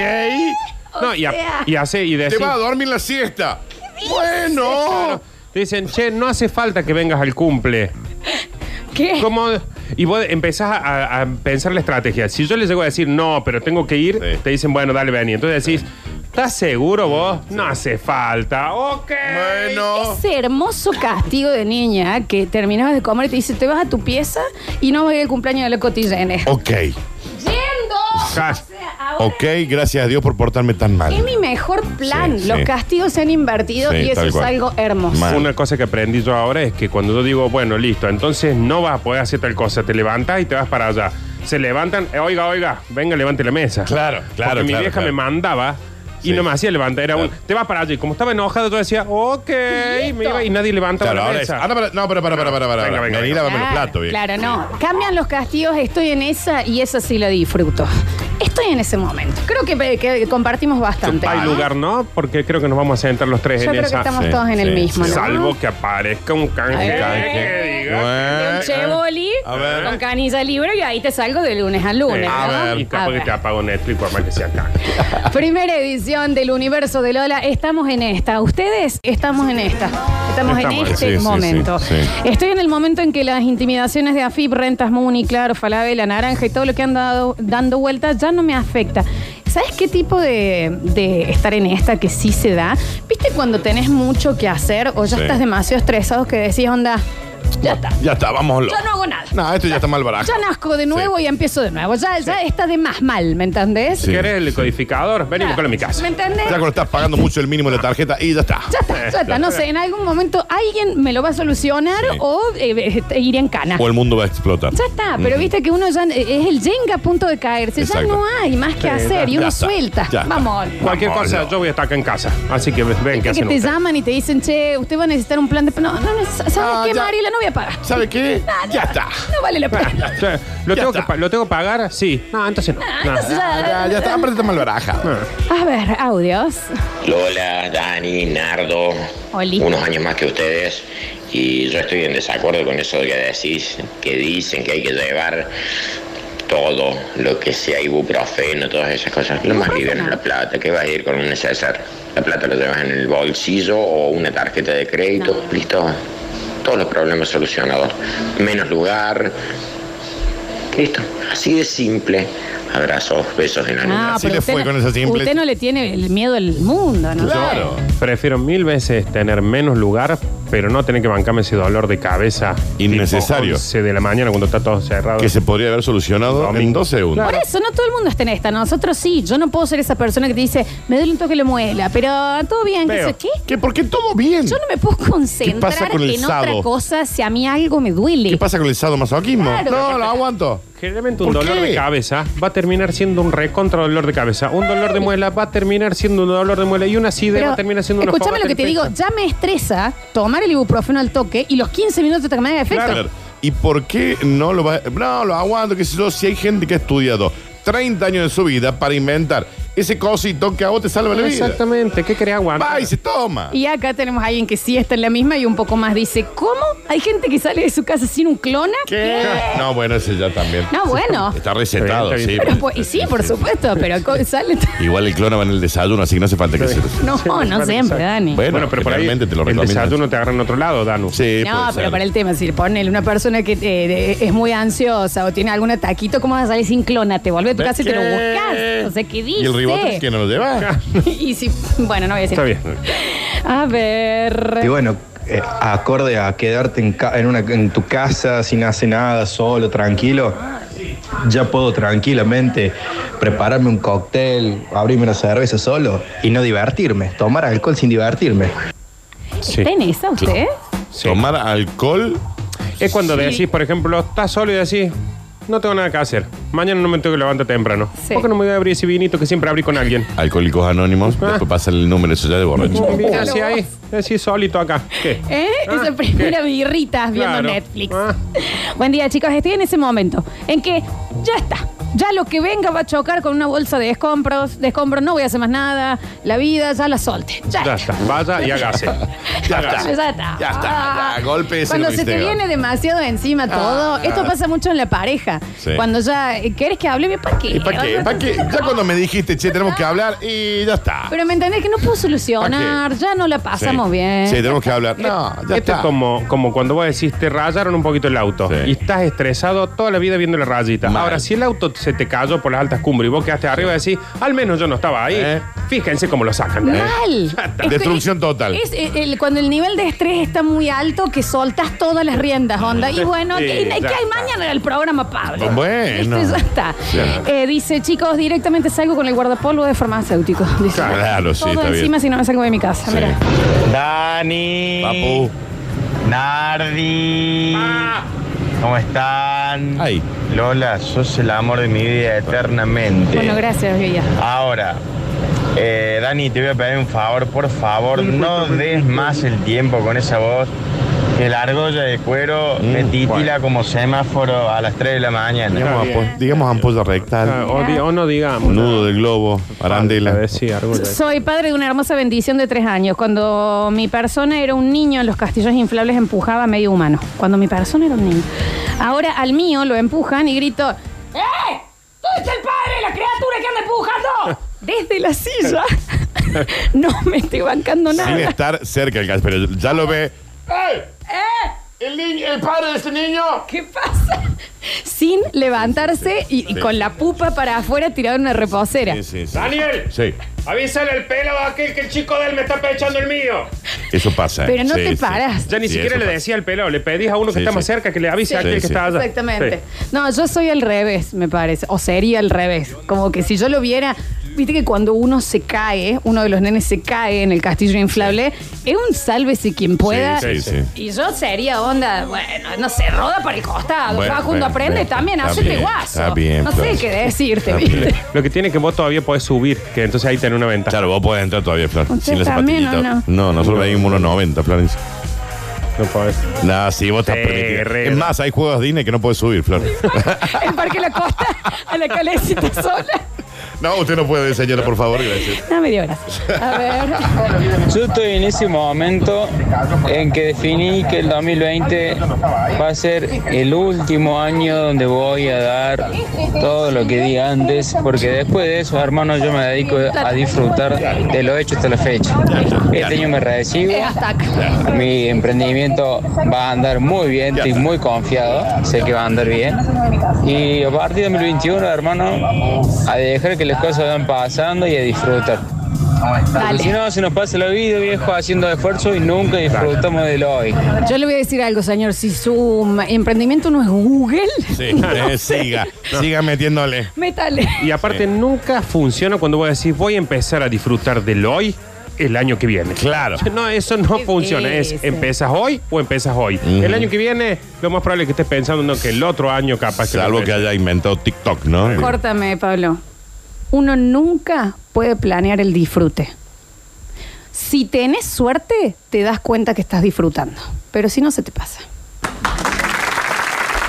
ok. No, y, a- sea, y hace y Te decir. vas a dormir la siesta. Bueno. Te dicen, che, no hace falta que vengas al cumple. ¿Qué? ¿Cómo? Y vos empezás a, a pensar la estrategia. Si yo les llego a decir, no, pero tengo que ir, Sí. te dicen, bueno, dale, vení. Entonces decís, ¿estás seguro vos? No hace falta. Ok. Bueno. Ese hermoso castigo de niña que terminabas de comer y te dice, te vas a tu pieza y no vas a ir al cumpleaños de la cotillene. Ok. ¡Yendo! Ja. O sea, ahora Ok, gracias a Dios por portarme tan mal. es mi mejor plan. Sí, Los sí. castigos se han invertido Sí, y eso tal es cual. algo hermoso. Mal. Una cosa que aprendí yo ahora es que cuando yo digo, bueno, listo, entonces no vas a poder hacer tal cosa, te levantas y te vas para allá. Se levantan, eh, oiga, oiga, venga, levante la mesa. Claro, claro, Porque mi claro, vieja claro. me mandaba y Sí. no me hacía levantar. Era un, Claro. te vas para allá. Y como estaba enojado, yo decía, ok, me iba y nadie levantaba Claro, la ahora es. mesa. Ahora para, no, pero para, para, para, para. Venga, venga, Vení, venga. lávame los Claro, platos, bien. claro, no. Cambian los castigos, estoy en esa y esa sí la disfruto. Estoy en ese momento. Creo que, que compartimos bastante. Hay ¿no? lugar, ¿no? Porque creo que nos vamos a sentar los tres Yo en creo esa. que estamos Sí, todos en el sí, mismo, sí. ¿no? Salvo que aparezca un canje. Eh, que diga. De un cheboli A ver. con canilla libre y ahí te salgo de lunes a lunes. Eh, A ¿no? ver. Y A capaz que ver. te apago Netflix por más que sea acá. Primera edición del universo de Lola. Estamos en esta. Ustedes estamos en esta. Estamos, en Estamos, este sí, sí, momento. sí, sí. Estoy en el momento en que las intimidaciones de AFIP, Rentas Muni, Claro, Falabella, Naranja y todo lo que han dado dando vueltas ya no me afecta. ¿Sabes qué tipo de, de estar en esta que sí se da? ¿Viste cuando tenés mucho que hacer o ya Sí. estás demasiado estresado que decís, onda, ya está? Ya está, vámonos. Ya no hago nada. No, esto ya está mal barajo. Ya nazco de nuevo Sí. y empiezo de nuevo. Ya, ya está de más mal, ¿me entendés? Sí. ¿Querés el codificador? Ven y buscalo en mi casa. ¿Me entendés? Ya cuando estás pagando mucho el mínimo de la tarjeta y ya está. Ya está, ya está. No sé, en algún momento alguien me lo va a solucionar Sí. o eh, eh, iré en cana. O el mundo va a explotar. Ya está, pero viste que uno ya eh, es el Jenga a punto de caerse. Exacto. Ya no hay más que hacer y ya uno está, suelta. ya está. Vamos. Cualquier Vamos, cosa, no. yo voy a estar acá en casa. Así que ven, ¿qué Que hacen te ustedes? llaman y te dicen, che, usted va a necesitar un plan de... No, no, no, ¿sabes Ah, qué, ya. Mariela? No voy a pagar. ¿Sabe qué? Ah, Ya está. No vale la pena. O sea, ¿lo, Ya tengo que, está. pa- ¿Lo tengo que pagar? Sí. No, entonces no. No. entonces- Ya, ya, ya está. Aparte está mal baraja. A ver, audios. Lola, Dani, Nardo, Oli. unos años más que ustedes, y yo estoy en desacuerdo con eso que decís, que dicen que hay que llevar todo lo que sea ibuprofeno, todas esas cosas. Lo más liviano es la plata, que vas a ir con un neceser. La plata lo llevas en el bolsillo o una tarjeta de crédito, No. listo. Todos los problemas solucionados. Menos lugar. Listo. Así de simple. Abrazos, besos en la nuca. Así pero le usted fue no- con esa simple- Usted no le tiene el miedo al mundo, ¿no? Claro. Prefiero mil veces tener menos lugar, pero no tener que bancarme ese dolor de cabeza. Innecesario. Tipo once de la mañana cuando está todo cerrado. Que se podría haber solucionado en Domingo. dos segundos. Por eso, no todo el mundo está en esta. Nosotros sí. Yo no puedo ser esa persona que te dice, me duele un toque la muela, pero todo bien. ¿Qué? Veo. sé- ¿Qué? ¿Qué? ¿Por qué todo bien? Yo no me puedo concentrar ¿Qué pasa con el en otra sado? cosa si a mí algo me duele. ¿Qué pasa con el sadomasoquismo? Claro. No, lo aguanto. Generalmente un ¿Por dolor qué? de cabeza va a terminar siendo un recontra dolor de cabeza. Un dolor de muela va a terminar siendo un dolor de muela y una acidez va a terminar siendo una escúchame fogata lo que en te el digo, pecho. ya me estresa tomar el ibuprofeno al toque y los quince minutos te me haga efecto. Claro. ¿Y por qué no lo va No, lo aguanto, que si yo, si hay gente que ha estudiado treinta años de su vida para inventar ese cosito que a vos te salva la vida. Exactamente, ¿qué querés aguantar? Va y se toma. Y acá tenemos a alguien que sí está en la misma y un poco más dice, ¿cómo? ¿Hay gente que sale de su casa sin un clona? ¿Qué? No, bueno, ese ya también. No, bueno. Está recetado, Está bien, sí. está Pero, pues, y sí, por supuesto, pero co- sale... Igual el clona va en el desayuno, así que no hace falta que se... No, Sí, no bueno, siempre, exacto. Dani. Bueno, Bueno, pero por ahí realmente te lo el recomiendo. desayuno te agarra en otro lado, Danu. Sí, No, puede pero ser. para el tema, si ponele una persona que eh, es muy ansiosa o tiene algún ataquito, ¿cómo vas a salir sin clona? Te vuelve a tu casa y te lo ¿Qué? buscas. O sea, ¿qué dice? ¿Y el ribotril quién nos lo lleva? Y si, bueno, no voy a decir. Está bien. A ver. Y bueno, eh, acorde a quedarte en, ca- en, una, en tu casa sin hacer nada, solo, tranquilo, ya puedo tranquilamente prepararme un cóctel, abrirme una cerveza solo y no divertirme, tomar alcohol sin divertirme. Sí. ¿Está en esa usted? Sí. Tomar alcohol. Es cuando Sí. decís, por ejemplo, estás solo y decís, no tengo nada que hacer. Mañana no me tengo que levantar temprano. Sí. ¿Por qué no me voy a abrir ese vinito que siempre abrí con alguien? Alcohólicos Anónimos. Ah. Después pasa el número, eso ya de borracho. Mira, así ahí, así solito acá. ¿Qué? ¿Eh? Ah, Esa primera ¿qué? birrita viendo Claro. Netflix. Ah. Buen día, chicos. Estoy en ese momento en que ya está. Ya lo que venga va a chocar con una bolsa de escombros. De escombros no voy a hacer más nada. La vida ya la solte. Ya, Ya está, vaya y hágase. Ya Hágase. está. Ya está. Ya está, Ah. ya, golpe ese Cuando lo se te viste. viene demasiado encima todo, Ah. esto pasa mucho en la pareja. Sí. Cuando ya, eh, ¿querés que hable? ¿Para qué? ¿Y para qué? ¿Para qué? Ya cuando me dijiste, che, tenemos que hablar y ya está. Pero me entendés que no puedo solucionar, ya no la pasamos Sí. bien. Sí, tenemos que hablar. No, ya Esto está. es como, como cuando vos decís, te rayaron un poquito el auto Sí. y estás estresado toda la vida viendo la rayita. Mal. Ahora, si el auto se te cayó por las altas cumbres y vos quedaste arriba y decís, al menos yo no estaba ahí, Eh. fíjense cómo lo sacan. Mal. Ya está. Es que- Destrucción total. Es el- el- cuando el nivel de estrés está muy alto, que soltas todas las riendas, onda. Y bueno, Sí, ¿qué, ya qué hay está. mañana en el programa, Pablo? Bueno. ¿Viste? Ya está. Sí. Eh, dice, chicos, directamente salgo con el guardapolvo de farmacéutico. Dice, Claro, sí, todo está encima bien. si no me salgo de mi casa. Sí. Mira. Dani, Papu. Nardi, ¿cómo están? Ay. Lola, sos el amor de mi vida eternamente. Bueno, gracias, Villa. Ahora, eh, Dani, te voy a pedir un favor, por favor, no des más el tiempo con esa voz. Que la argolla de cuero me titila como semáforo a las tres de la mañana. Digamos, ampo- digamos ampolla Ah, rectal. o, di- o no digamos. Nudo del globo. Arandela. Decir algo de- Soy padre de una hermosa bendición de tres años. Cuando mi persona era un niño, en los castillos inflables empujaba a medio humano. Cuando mi persona era un niño. Ahora al mío lo empujan y grito, ¡eh! ¿Dónde está el padre? ¡La criatura que anda empujando! Desde la silla. No me estoy bancando Sin nada. estar cerca del gas, pero ya lo ve. ¡Ey! ¿El, niño, ¿El padre de este niño? ¿Qué pasa? Sin levantarse y, y con la pupa para afuera tirado en una reposera. Sí, sí, sí. Daniel, Sí, avísale al pelo a aquel que el chico de él me está pechando el mío. eso pasa. ¿eh? Pero no Sí, te sí. paras. Ya ni Sí, siquiera eso le pasa. decía al pelo, le pedís a uno que Sí, está más sí. cerca que le avise a Sí, aquel que sí. está allá. Exactamente. Sí. No, yo soy al revés, me parece. O sería al revés. Como que si yo lo viera. Viste que cuando uno se cae, uno de los nenes se cae en el castillo inflable, es un sálvese quien pueda. Sí, sí, sí. Y yo sería onda, bueno, no sé, roda para el costado. Bueno, Facundo bueno, aprende bueno. también, Está hacete bien, guaso. está bien, no sé Flor. qué decirte, Está ¿viste? bien. Lo que tiene es que vos todavía podés subir, que entonces ahí tenés una ventaja. Claro, vos podés entrar todavía, Flor. ¿Usted Sin la también o zapatillita. no? No, nosotros venimos unos noventa, Florencia. No podés. No, sí, vos estás Sí, permitido. re- Es más, hay juegos Disney que no puedes subir, Flor. El Parque La Costa, a la calecita sola. No, usted no puede, señora, por favor, gracias. No me dio gracias. A ver. Yo estoy en ese momento en que definí que el dos mil veinte va a ser el último año donde voy a dar todo lo que di antes, porque después de eso, hermano, yo me dedico a disfrutar de lo hecho hasta la fecha. Este año me recibo, Es hasta acá. mi emprendimiento va a andar muy bien, estoy muy confiado, sé que va a andar bien. Y a partir de dos mil veintiuno, hermano, a dejar que las cosas vayan pasando y a disfrutar. Porque si Dale. no, se nos pasa la vida, viejo, haciendo esfuerzo y nunca disfrutamos de lo hoy. Yo le voy a decir algo, señor. Si su mm, emprendimiento no es Google, Sí, eh, siga, siga metiéndole. métale. Y aparte, nunca funciona cuando vos decís, voy a empezar a disfrutar del hoy el año que viene. Claro. No, eso no Es funciona. Es, ese. ¿empezas hoy o empiezas hoy? Ujú. El año que viene, lo más probable es que estés pensando no, que el otro año capaz que... lo Salvo que empieces. haya inventado TikTok, ¿no? Córtame, Pablo. Uno nunca puede planear el disfrute. Si tenés suerte, te das cuenta que estás disfrutando. Pero si no, se te pasa.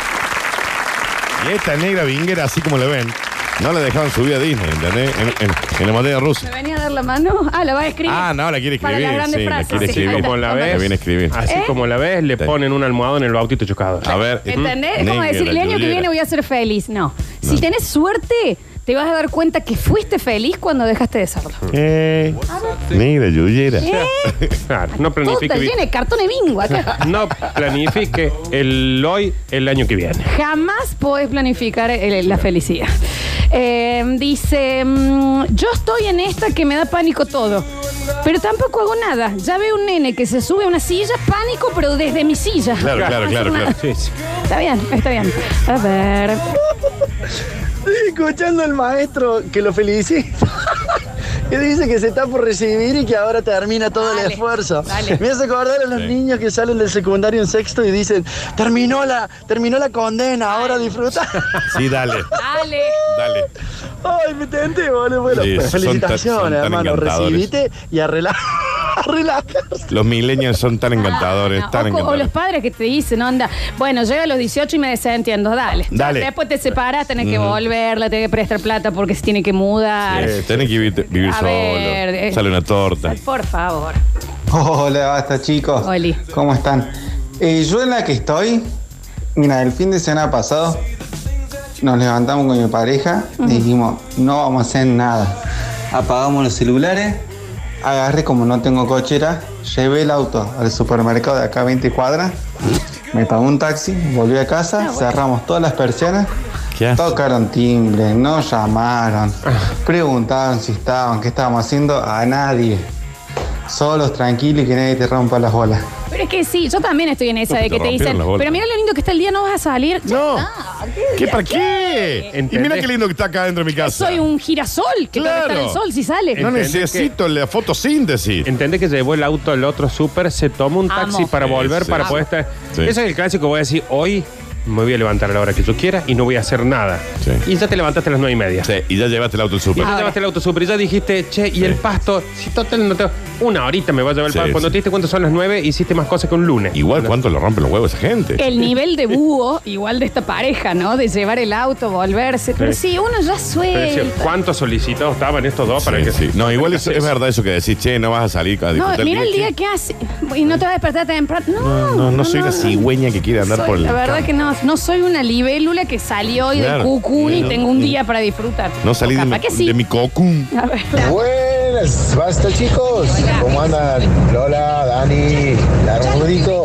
Y esta negra vinguera, así como la ven, no la dejaban subir a Disney, ¿entendés? En- en- En la montaña rusa. ¿Me venía a dar la mano? Ah, la va a escribir. Ah, no, la quiere Para escribir. las grandes Sí, la frases, quiere sí. escribir. Como la La ves, viene a escribir. así ¿Eh? como la ves, le Sí. ponen un almohadón en el bautito chocado. A ver. ¿Entendés? Es como Negra, decir, el año que Yuyera. viene voy a ser feliz. No. Si No. tenés suerte, te vas a dar cuenta que fuiste feliz cuando dejaste de serlo. Eh, negra, yuyera. ¿Eh? Claro, no Todo planifique. está vi- lleno de cartón de bingo acá. No planifique el hoy el año que viene. Jamás podés planificar el- la felicidad. Eh, dice, mm, yo estoy en esta que me da pánico todo, pero tampoco hago nada. Ya veo un nene que se sube a una silla, pánico, pero desde mi silla. Claro, claro, No hacer claro, nada. claro. Sí, sí. Está bien, está bien. A ver. Estoy escuchando al maestro que lo felicita. Que dice que se está por recibir y que ahora termina todo Dale, el esfuerzo. dale. Me hace acordar a los Sí. niños que salen del secundario en sexto y dicen, terminó la, terminó la condena, ahora disfruta. Sí, dale. Dale. Dale. Ay, me tenté, boludo. Bueno, Sí, pues, son tan- felicitaciones, son tan hermano. encantadores. Recibite y a rela- a relajarse. Los millennials son tan encantadores, Ah, tan o, o los encantadores. padres que te dicen, onda, bueno, llega a los dieciocho y me desentiendo, dale. Dale. Después te separas, tenés que volverla, tenés que prestar plata porque se tiene que mudar. Eh, tenés que vivir, vivir A solo. ver, eh. Sale una torta. Por favor. Hola, basta chicos. Oli. ¿Cómo están? Eh, yo en la que estoy, mira, el fin de semana pasado nos levantamos con mi pareja y dijimos, no vamos a hacer nada. Apagamos los celulares, agarré como no tengo cochera, llevé el auto al supermercado de acá a veinte cuadras, me pagó un taxi, volví a casa, cerramos todas las persianas. ¿Qué haces? Tocaron timbre, nos llamaron, preguntaron si estaban, qué estábamos haciendo, a nadie. Solos, tranquilos y que nadie te rompa las bolas. Pero es que sí, yo también estoy en esa ¿Cómo de te que te rompieron dicen, las bolas? pero mira lo lindo que está el día, no vas a salir. Ya No. está, ¿Qué para qué? Y ¿Entendés? mira qué lindo que está acá dentro de mi casa. Soy un girasol que Claro. te está en el sol si sale. No ¿Entendés necesito la fotosíntesis. Entendé que llevó el auto al otro súper, se tomó un taxi Amo. para Sí, volver, sí. para Amo. poder estar. Sí. Ese es el clásico, voy a decir, hoy me voy a levantar a la hora que yo quiera y no voy a hacer nada. Sí. Y ya te levantaste a las nueve y media. Sí, y ya llevaste el auto al Y súper. ya Ahora. llevaste el auto súper y ya dijiste, che, y Sí. el pasto, si total no te. Una horita me va a llevar el Sí, pasto. Cuando sí. te diste cuenta son las nueve, hiciste más cosas que un lunes. Igual, ¿cuánto le rompen los huevos a esa gente? El nivel de búho, igual de esta pareja, ¿no? De llevar el auto, volverse. Pero Sí. sí, uno ya Pero decía, suelta. ¿cuántos solicitados estaban estos dos para Sí, que sí. No, igual es, es verdad eso que decís, che, no vas a salir a No, disfrutar mira el che. día que hace. Y no te vas a despertar temprano. No, No, no, no soy una cigüeña que quiere andar Soy- por el La verdad campo. que no, no soy una libélula que salió hoy Claro. del cucún y No. tengo un día para disfrutar. No salí O de mi, capaz que sí. de mi cocún. A ver. Buenas, basta chicos. ¿Cómo andan? Lola, Dani, Armudito.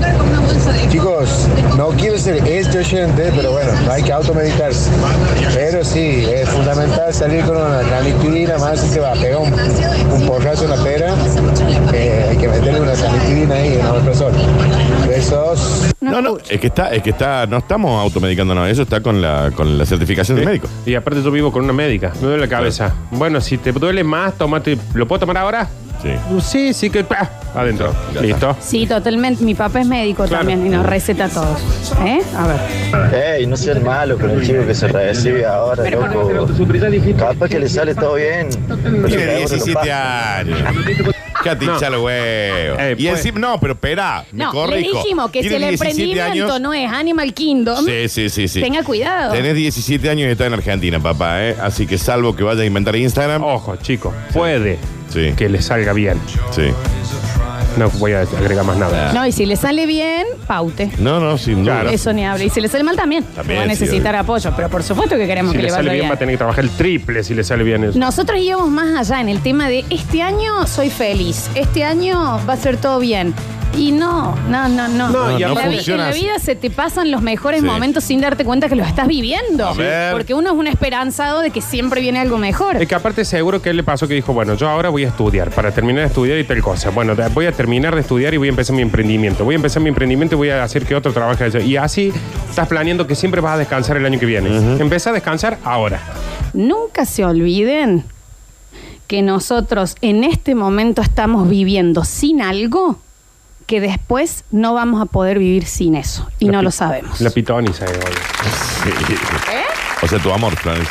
Chicos, no quiero ser este oyente, pero bueno, no hay que automedicarse. Pero sí, es fundamental salir con una ranitidina, más si te va a pegar un, un porrazo en la pera, eh, hay que meterle una ranitidina ahí, un omeprazol. Besos. No, no, es que está, es que está, no estamos automedicándonos, eso está con la, con la certificación del médico. Y aparte yo vivo con una médica, me duele la cabeza. Bueno, si te duele más, tómate. ¿Lo puedo tomar ahora? Sí. Sí, sí que. ¡pah! Adentro. Ya está. Listo. Sí, totalmente. Mi papá es médico Claro. también y nos receta a todos. ¿Eh? A ver. Ey, no sean malos con el chico que se recibe ahora, loco. Capaz que le sale todo bien. pero Tiene peor lo diecisiete pasa. años. Quédate No. hincha los huevos. Eh, y pues- encima, no, pero espera, me No, le corrijo. dijimos que si Tiene el diecisiete emprendimiento años. no es Animal Kingdom, Sí, sí, sí, sí. tenga cuidado. Tenés diecisiete años y estás en Argentina, papá, ¿eh? Así que salvo que vayas a inventar Instagram. Ojo, chicos, puede Sí. que le salga bien. Sí. No voy a agregar más nada. No, y si le sale bien, paute. No, no, sin duda. Claro. Eso ni habla. Y si le sale mal también, También, va a sí, necesitar apoyo. Pero por supuesto que queremos Si que le le sale vaya bien, bien. va a tener que trabajar el triple si le sale bien eso. Nosotros íbamos más allá en el tema de este año soy feliz, este año va a ser todo bien. Y no, no, no, no. No, y en, la, vi- funciona en la así. vida se te pasan los mejores Sí. momentos sin darte cuenta que los estás viviendo. A ver. Porque uno es un esperanzado de que siempre viene algo mejor. Es que aparte seguro que él le pasó que dijo, bueno, yo ahora voy a estudiar, para terminar de estudiar y tal cosa. Bueno, de- voy a terminar de estudiar y voy a empezar mi emprendimiento. Voy a empezar mi emprendimiento y voy a hacer que otro trabaje allá. Y así estás planeando que siempre vas a descansar el año que viene. Empieza a descansar ahora. Nunca se olviden que nosotros en este momento estamos viviendo sin algo que después no vamos a poder vivir sin eso. Y La no pi- lo sabemos. La pitoniza. eh, oye. Sí. ¿Eh? O sea, tu amor, Florencia. A ver,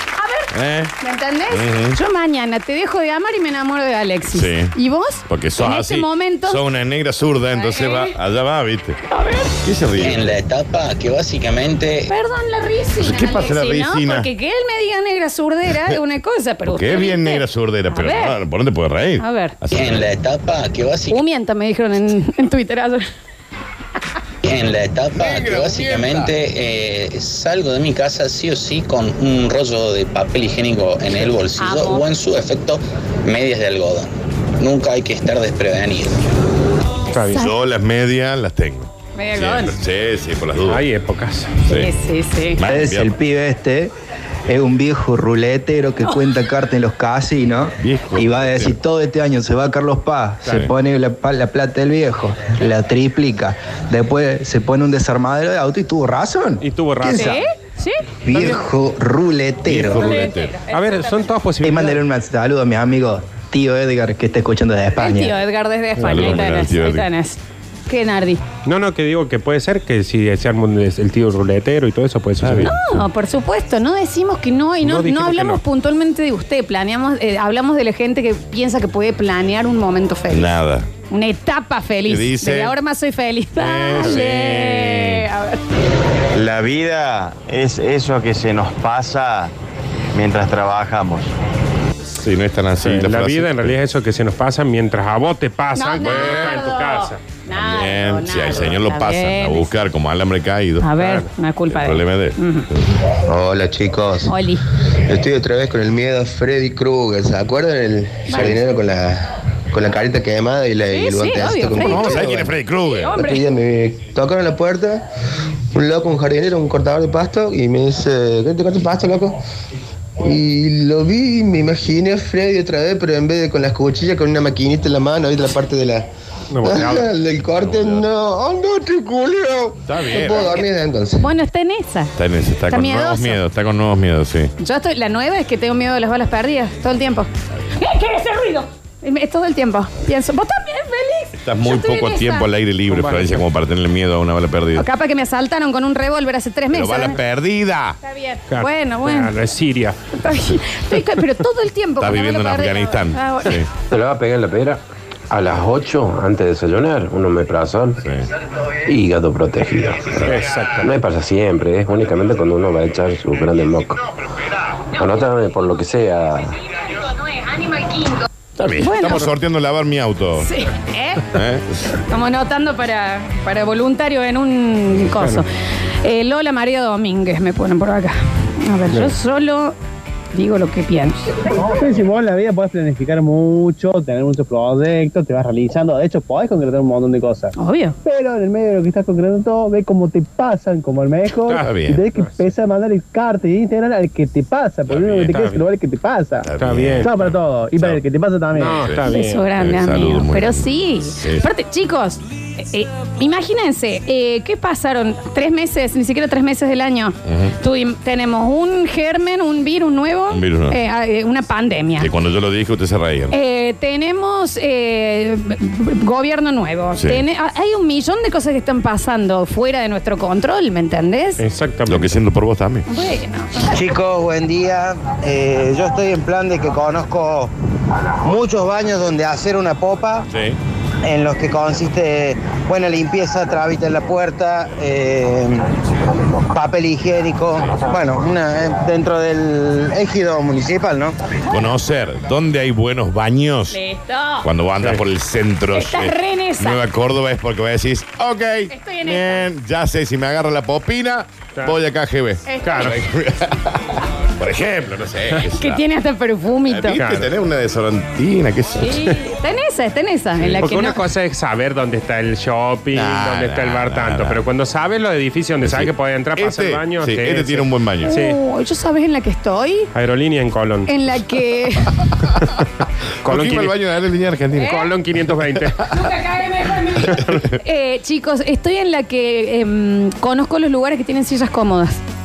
¿Eh? ¿Me entendés? Ujú. Yo mañana te dejo de amar y me enamoro de Alexis. Sí. ¿Y vos? Porque sos en así. este momento. Sos una negra zurda, entonces Eh. va, allá va, ¿viste? A ver. ¿Qué se ríe? En la etapa que básicamente Perdón, la risina. ¿Qué pasa la Alexis, ¿no? risina? Porque que él me diga negra zurdera es una cosa, pero. Que usted, es bien ¿viste? negra zurdera, A pero ver. no, ¿por dónde puede reír? A ver. Así. en la etapa que básicamente Humienta, me dijeron en, en Twitter ayer. en la etapa que básicamente eh, salgo de mi casa sí o sí con un rollo de papel higiénico en el bolsillo Amo. o en su efecto medias de algodón. Nunca hay que estar desprevenido. Está bien. Yo las medias las tengo. Media Siempre. algodón. Sí, sí, por las dudas. Hay épocas. Sí, sí, sí. Más Es invierno. el pibe este. Es un viejo ruletero que cuenta cartas en los casinos Viejo y va a decir ruletero. todo este año se va a Carlos Paz, Claro. se pone la, pa- la plata del viejo, la triplica, después se pone un desarmadero de auto y tuvo razón. Y tuvo ¿Quién razón. sabe? ¿Sí? Viejo ruletero. Viejo ruletero. A ver, son todas Y posibilidades. mándale un saludo a mi amigo tío Edgar que está escuchando desde El tío España. Edgar desde España. Saludos, Ahí mira, tenés, el tío ahí Edgar. tenés. ¿Qué, Nardi? No, no, que digo que puede ser que si se arma un- el tío ruletero y todo eso puede suceder. No, por supuesto, no decimos que no y No no, no, dijimos que hablamos no. puntualmente de usted, planeamos, eh, hablamos de la gente que piensa que puede planear un momento feliz. Nada. Una etapa feliz. Que dice- Desde ahora más soy feliz. Dale. A ver. La vida es eso que se nos pasa mientras trabajamos. Sí, no es tan así. Sí, la frase. vida en realidad es eso que se nos pasa mientras a vos te pasan No, cuando estás en tu Nardo. casa. Nardo, Bien, si al Nardo, señor lo está pasan bien. a buscar como alambre caído. A ver, Claro. no es culpa El de él. problema es de él. Hola chicos. Oli. Estoy otra vez con el miedo a Freddy Krueger. ¿Se acuerdan el jardinero con la, con la carita quemada y, la, Sí, y el sí, guantecito obvio, con Freddy No, pintura? ¿sabes quién es Freddy Krueger? Hombre. Otro día me tocaron la puerta, un loco, un jardinero, un cortador de pasto, y me dice, ¿qué te cortas pasto, loco? Y lo vi y me imaginé a Freddy otra vez, pero en vez de con las cuchillas, con una maquinita en la mano, ahí la parte de la... No, bueno, del corte, no, andate, culio. Está bien. No puedo dormir desde entonces. Bueno, está en esa. Está en ese, está, Está con miedoso. nuevos miedos, está con nuevos miedos, sí. Yo estoy, la nueva es que tengo miedo de las balas perdidas todo el tiempo. ¿Qué, ¿Qué es ese ruido? Y me- todo el tiempo. Pienso, vos también, Félix. Estás Yo muy estoy poco en esa. tiempo al aire libre, Con Florencia, como para tenerle miedo a una bala perdida. O capaz que me asaltaron con un revólver hace tres Pero meses. bala ¿eh? perdida. Está bien. Claro. Bueno, bueno. Claro, es Siria. Está bien. Estoy ca- pero todo el tiempo. Está con la viviendo en bala perdida. Afganistán. Ah, bueno. Sí, Se le va a pegar en la pera a las ocho antes de desayunar, un omeprazol sí. y gato protegido. Exacto. No me pasa siempre, es únicamente cuando uno va a echar su grande moco. Anótame por lo que sea. Está bien. Bueno. Estamos sorteando lavar mi auto. Sí. ¿Eh? ¿Eh? Estamos anotando para, para voluntario en un coso. Eh, Lola María Domínguez me ponen por acá. A ver, yo solo digo lo que pienso. Sí, si vos en la vida podés planificar mucho, tener muchos proyectos, te vas realizando. De hecho, podés concretar un montón de cosas. Obvio. Pero en el medio de lo que estás concretando todo, ve cómo te pasan como el mejor. Está bien. Y tenés que empezar a mandar el carta y Instagram al que te pasa. Porque lo único que te está queda es el bien. lugar que te pasa. Está bien. Chao para todo. Y para el que te pasa también. No, está Un bien. beso grande, Sí, saludos, amigo. muy Pero bien. sí. Sí. Aparte, chicos, eh, eh, imagínense, eh, ¿qué pasaron? Tres meses, ni siquiera tres meses del año. Tuvim- tenemos un germen, un virus nuevo, Un virus nuevo. eh, ah, eh, una pandemia. Que cuando yo lo dije, ustedes se reían. Eh, tenemos eh, b- b- gobierno nuevo. Sí. Tene- ah, hay un millón de cosas que están pasando fuera de nuestro control, ¿me entendés? Exactamente. Lo que siento por vos también. Bueno. Chicos, buen día. Eh, yo estoy en plan de que conozco muchos baños donde hacer una popa, Sí. en los que consiste buena limpieza, trabita en la puerta, eh, papel higiénico, bueno, una, eh, dentro del ejido municipal, ¿no? Conocer dónde hay buenos baños. Listo. Cuando vos andas por el centro Estás de re en esa. Nueva Córdoba es porque vos decís, ok, Estoy en bien, ya sé, si me agarra la popina, Claro. voy acá a G B. Claro. Por ejemplo, no sé. Que tiene hasta perfumito. ¿Viste? Claro. Tenés una desodorantina, qué sé yo. Sí, está en esa, está en esa. En la Porque que una no. cosa es saber dónde está el shopping, Nah, dónde está el bar nah, tanto. nah. pero cuando sabes los edificios donde sabes que puedes entrar para hacer Este, baño. sí, te- este tiene un buen baño. Sí. Oh, ¿yo sabes en la que estoy? Aerolínea en Colón. En la que. ¿Por qué iba al quinientos baño de la línea argentina? ¿Eh? Colón quinientos veinte. Nunca cagué mejor en mi vida. Eh, chicos, estoy en la que em, conozco los lugares que tienen sillas cómodas.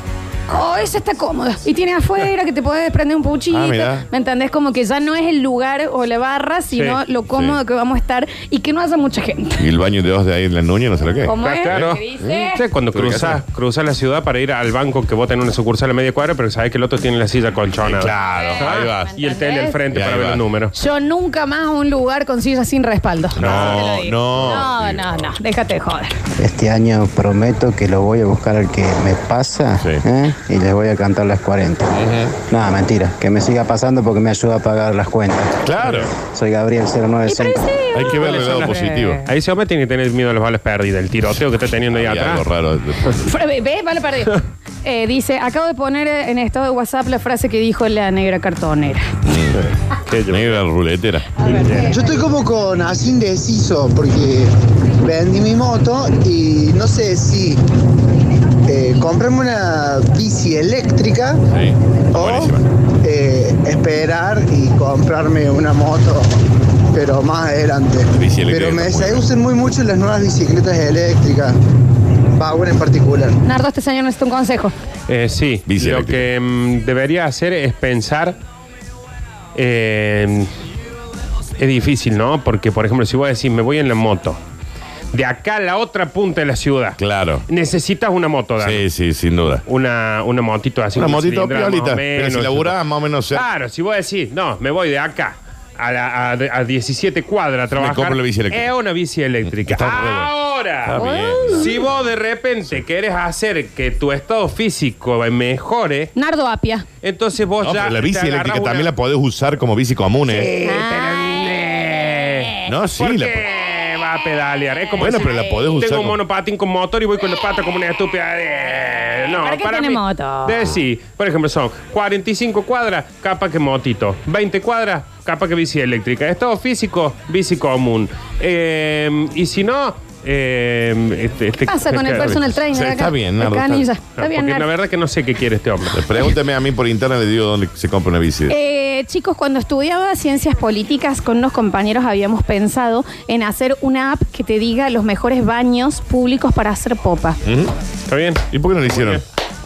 Oh, esa está cómoda. Y tiene afuera que te puedes prender un puchito. Ah, mira. ¿Me entendés? Como que ya no es el lugar o la barra, sino Sí, lo cómodo sí. que vamos a estar y que no haya mucha gente. Y el baño de dos de ahí en la Nuña, no sé lo que. ¿Cómo es? Claro. ¿Qué dice? Sí, cuando Tuve que cruzas hacer. cruzas la ciudad para ir al banco que vos tenés una sucursal a media cuadra, pero sabes que el otro tiene la silla colchonada. Claro, Ah, ahí vas. Y el tele al frente Y ahí para ver va. los números. Yo nunca más a un lugar con sillas sin respaldo. No, Así te lo digo. no. No, no, no. Déjate de joder. Este año prometo que lo voy a buscar al que me pasa, Sí. ¿eh? Y les voy a cantar las cuarenta. No, mentira, que me siga pasando porque me ayuda a pagar las cuentas. Claro. Soy Gabriel cero nueve Y pero cinco. sí, Hay que ver el lado positivo. Ahí se hombre tiene que tener miedo a las balas perdidas, el tiroteo que está teniendo ahí Hay atrás. algo raro. Fue- Ve, ve, vale, perdido. Eh, dice, acabo de poner en estado de WhatsApp la frase que dijo la negra cartonera. Negra ruletera. Yo estoy como con así indeciso porque vendí mi moto y no sé si eh, comprarme una bici eléctrica Sí. o Buenísima. eh, esperar y comprarme una moto, pero más adelante. Bici eléctrica Pero me está muy bien. seducen muy mucho las nuevas bicicletas eléctricas, Power en particular. Nardo, este señor necesita un consejo. Eh, sí, Bici lo eléctrica. que mm, debería hacer es pensar. eh, es difícil, ¿no? Porque, por ejemplo, si voy a decir, me voy en la moto, de acá a la otra punta de la ciudad, Claro. necesitas una moto, Dani. Sí, sí, sin duda. Una, una motito así. Una con motito cilindrada piolita. más o Pero si menos. laburás más o menos cerca. Claro, si vos decís, no, me voy de acá a, la- a, a diecisiete cuadras a trabajar. compro la bici eléctrica. Es una bici eléctrica. Está re bueno. Ahora, Está bien. si vos de repente querés hacer que tu estado físico mejore, Nardo Apia. entonces vos No, ya. pero la te bici agarrás eléctrica una- también la podés usar como bici común, ¿eh? Ay. No, sí, ¿Por la qué va a pedalear? Es como Bueno, decir, pero la podés usar tengo un como- monopatín con motor y voy con la pata como una estúpida. Eh, No, ¿Para qué para tiene mí, moto? de sí, por ejemplo, son cuarenta y cinco cuadras, capaz que motito. veinte cuadras, capaz que bici eléctrica. Estado físico, bici común. Eh, y si no, eh, este, este- ¿Qué pasa con el personal trainer Sí, acá? está bien, El Nardo, está canilla. bien. Está No, bien, porque la Nardo. verdad que no sé qué quiere este hombre. Pregúntame a mí por internet, le digo dónde se compra una bici. Eh, chicos, cuando estudiaba ciencias políticas con unos compañeros habíamos pensado en hacer una app que te diga los mejores baños públicos para hacer popa. ¿Mm? ¿Está bien? ¿Y por qué no lo hicieron?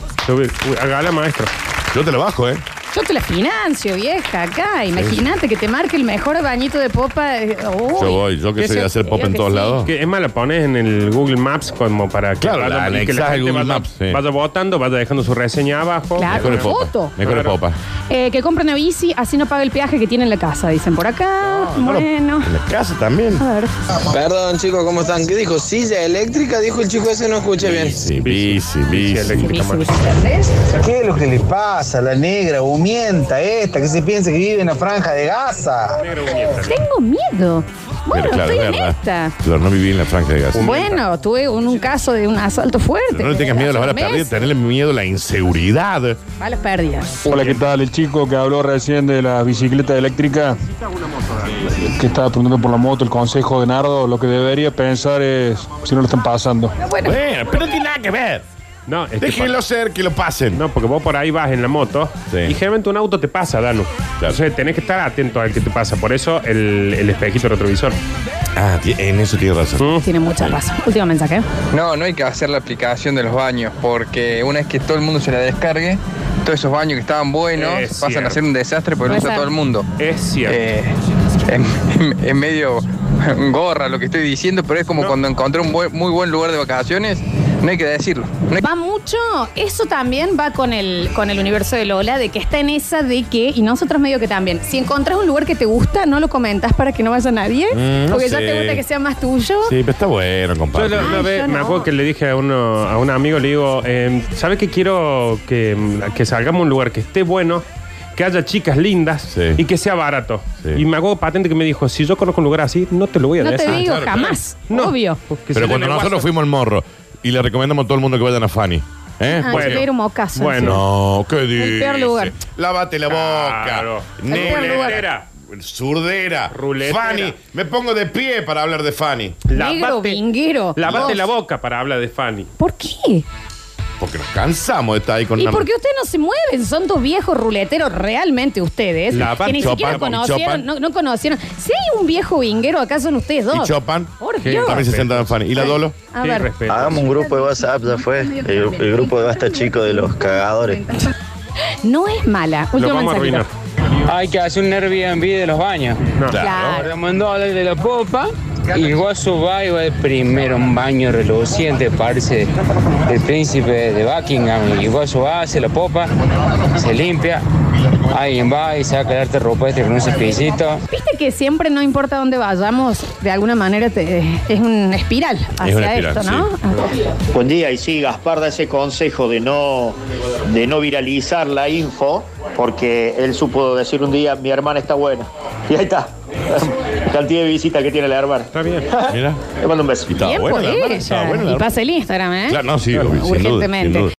Hágala, maestro. Yo te lo bajo, ¿eh? Yo te la financio, vieja, acá. Imagínate que te marque el mejor bañito de popa. eh, uy. Yo voy, yo que sé Ese- hacer pop Creo en que todos sí. lados. Que es más, la pones en el Google Maps como para que, Claro, la vaya, y que anexás la al gente Google vaya, Maps, sí. vaya votando, vaya dejando su reseña abajo. Claro. Mejor Una popa. foto. Mejor Claro. popa. Eh, que compre una bici, así no paga el peaje que tiene en la casa, dicen por acá. No, no, bueno. En la casa también. A ver. Perdón, chicos, ¿cómo están? ¿Qué dijo? ¿Silla eléctrica? Dijo el chico ese, no escuché bien. Bici, bici, bici. eléctrica, Bici, man. bici, ¿entendés? ¿Qué es lo que le pasa a la negra humienta esta que se piensa que vive en la franja de Gaza? Negro Buñeta. Tengo miedo. Bueno, Pero claro, estoy es en verdad. esta. Claro, no viví en la franja de gas. Bueno, tuve un, un caso de un asalto fuerte. No le tengas miedo a las balas Hace un perdidas, mes. tenerle miedo a la inseguridad. Balas perdidas. Hola, ¿qué tal? El chico que habló recién de la bicicleta eléctrica, que estaba preguntando por la moto, el consejo de Nardo, lo que debería pensar es si no lo están pasando. Bueno, Bueno, pero no tiene nada que ver. No, es que Déjenlo ser, que lo pasen. No, porque vos por ahí vas en la moto Sí. y generalmente un auto te pasa, Danu. Entonces tenés que estar atento al que te pasa. Por eso el, el espejito retrovisor. Ah, ti- en eso tiene razón. tiene mucha razón. Último mensaje. No, no hay que hacer la aplicación de los baños, porque una vez que todo el mundo se la descargue, todos esos baños que estaban buenos Es pasan cierto. a ser un desastre porque lo Puede usa ser. todo el mundo. Es cierto. Eh, es, es medio gorra lo que estoy diciendo, pero es como cuando encontré un buen- muy buen lugar de vacaciones, no hay que decirlo. No hay- Va mucho, eso también va con el, con el universo de Lola, de que está en esa de que, y nosotros medio que también, si encontrás un lugar que te gusta, no lo comentas para que no vaya nadie, Mm, no porque ya sé. te gusta que sea más tuyo. Sí, pero está bueno, Yo compadre. la- una Ay, vez yo me no. acuerdo que le dije a uno a un amigo, le digo, eh, ¿sabes que quiero que, que salgamos a un lugar que esté bueno, que haya chicas lindas Sí. y que sea barato? Sí. Y me hago patente que me dijo, si yo conozco un lugar así, no te lo voy a No te decir. digo claro, jamás, No. obvio. Porque Pero si cuando tiene nosotros WhatsApp- fuimos al morro y le recomendamos a todo el mundo que vayan a Fanny. ¿Eh? Ah, Bueno. yo quiero un mocazo. Bueno. No, ¿qué dices? El peor lugar. Lávate la boca. Claro. El peor lugar. Ruletera. Surdera. Ruletera. Fanny. Me pongo de pie para hablar de Fanny. Negro, Lavate, vinguero. lavate Vos. la boca para hablar de Fanny. ¿Por qué? Porque nos cansamos de estar ahí con ¿Y una- por qué ustedes no se mueven? Son dos viejos ruleteros realmente ustedes. La que ni Chopin, siquiera conocieron, Chopin. no, no conocieron. Si hay un viejo vinguero, acá son ustedes dos. Y Chopin. Por Dios. También se sentaban Fanny. ¿Y la Dolo? A ver. Hagamos un grupo de WhatsApp, ya fue. El, el grupo de Basta Chico de los cagadores. No es mala. Último mensajito. Hay que hacer un Airbnb de los baños. Claro. Pagamos en dólares de la popa. Y el guaso va y va de primero un baño reluciente, parece el príncipe de Buckingham. Y el guaso va, hace la popa, se limpia. Alguien va y saca el arte ropa este con un cepillito. Viste que siempre, no importa dónde vayamos, de alguna manera te- es una espiral hacia una espiral, esto, ¿no? Buen día, y sí, Gaspar da ese consejo de no, de no viralizar la info, porque él supo decir un día, mi hermana está buena. Y ahí está. Cantidad de visitas que tiene la hermana. Está bien. Mira. Le mando un beso. Bien por ella. Y pasa el Instagram, ¿eh? Claro, no, sí, obvio, sin duda, Urgentemente. sin duda.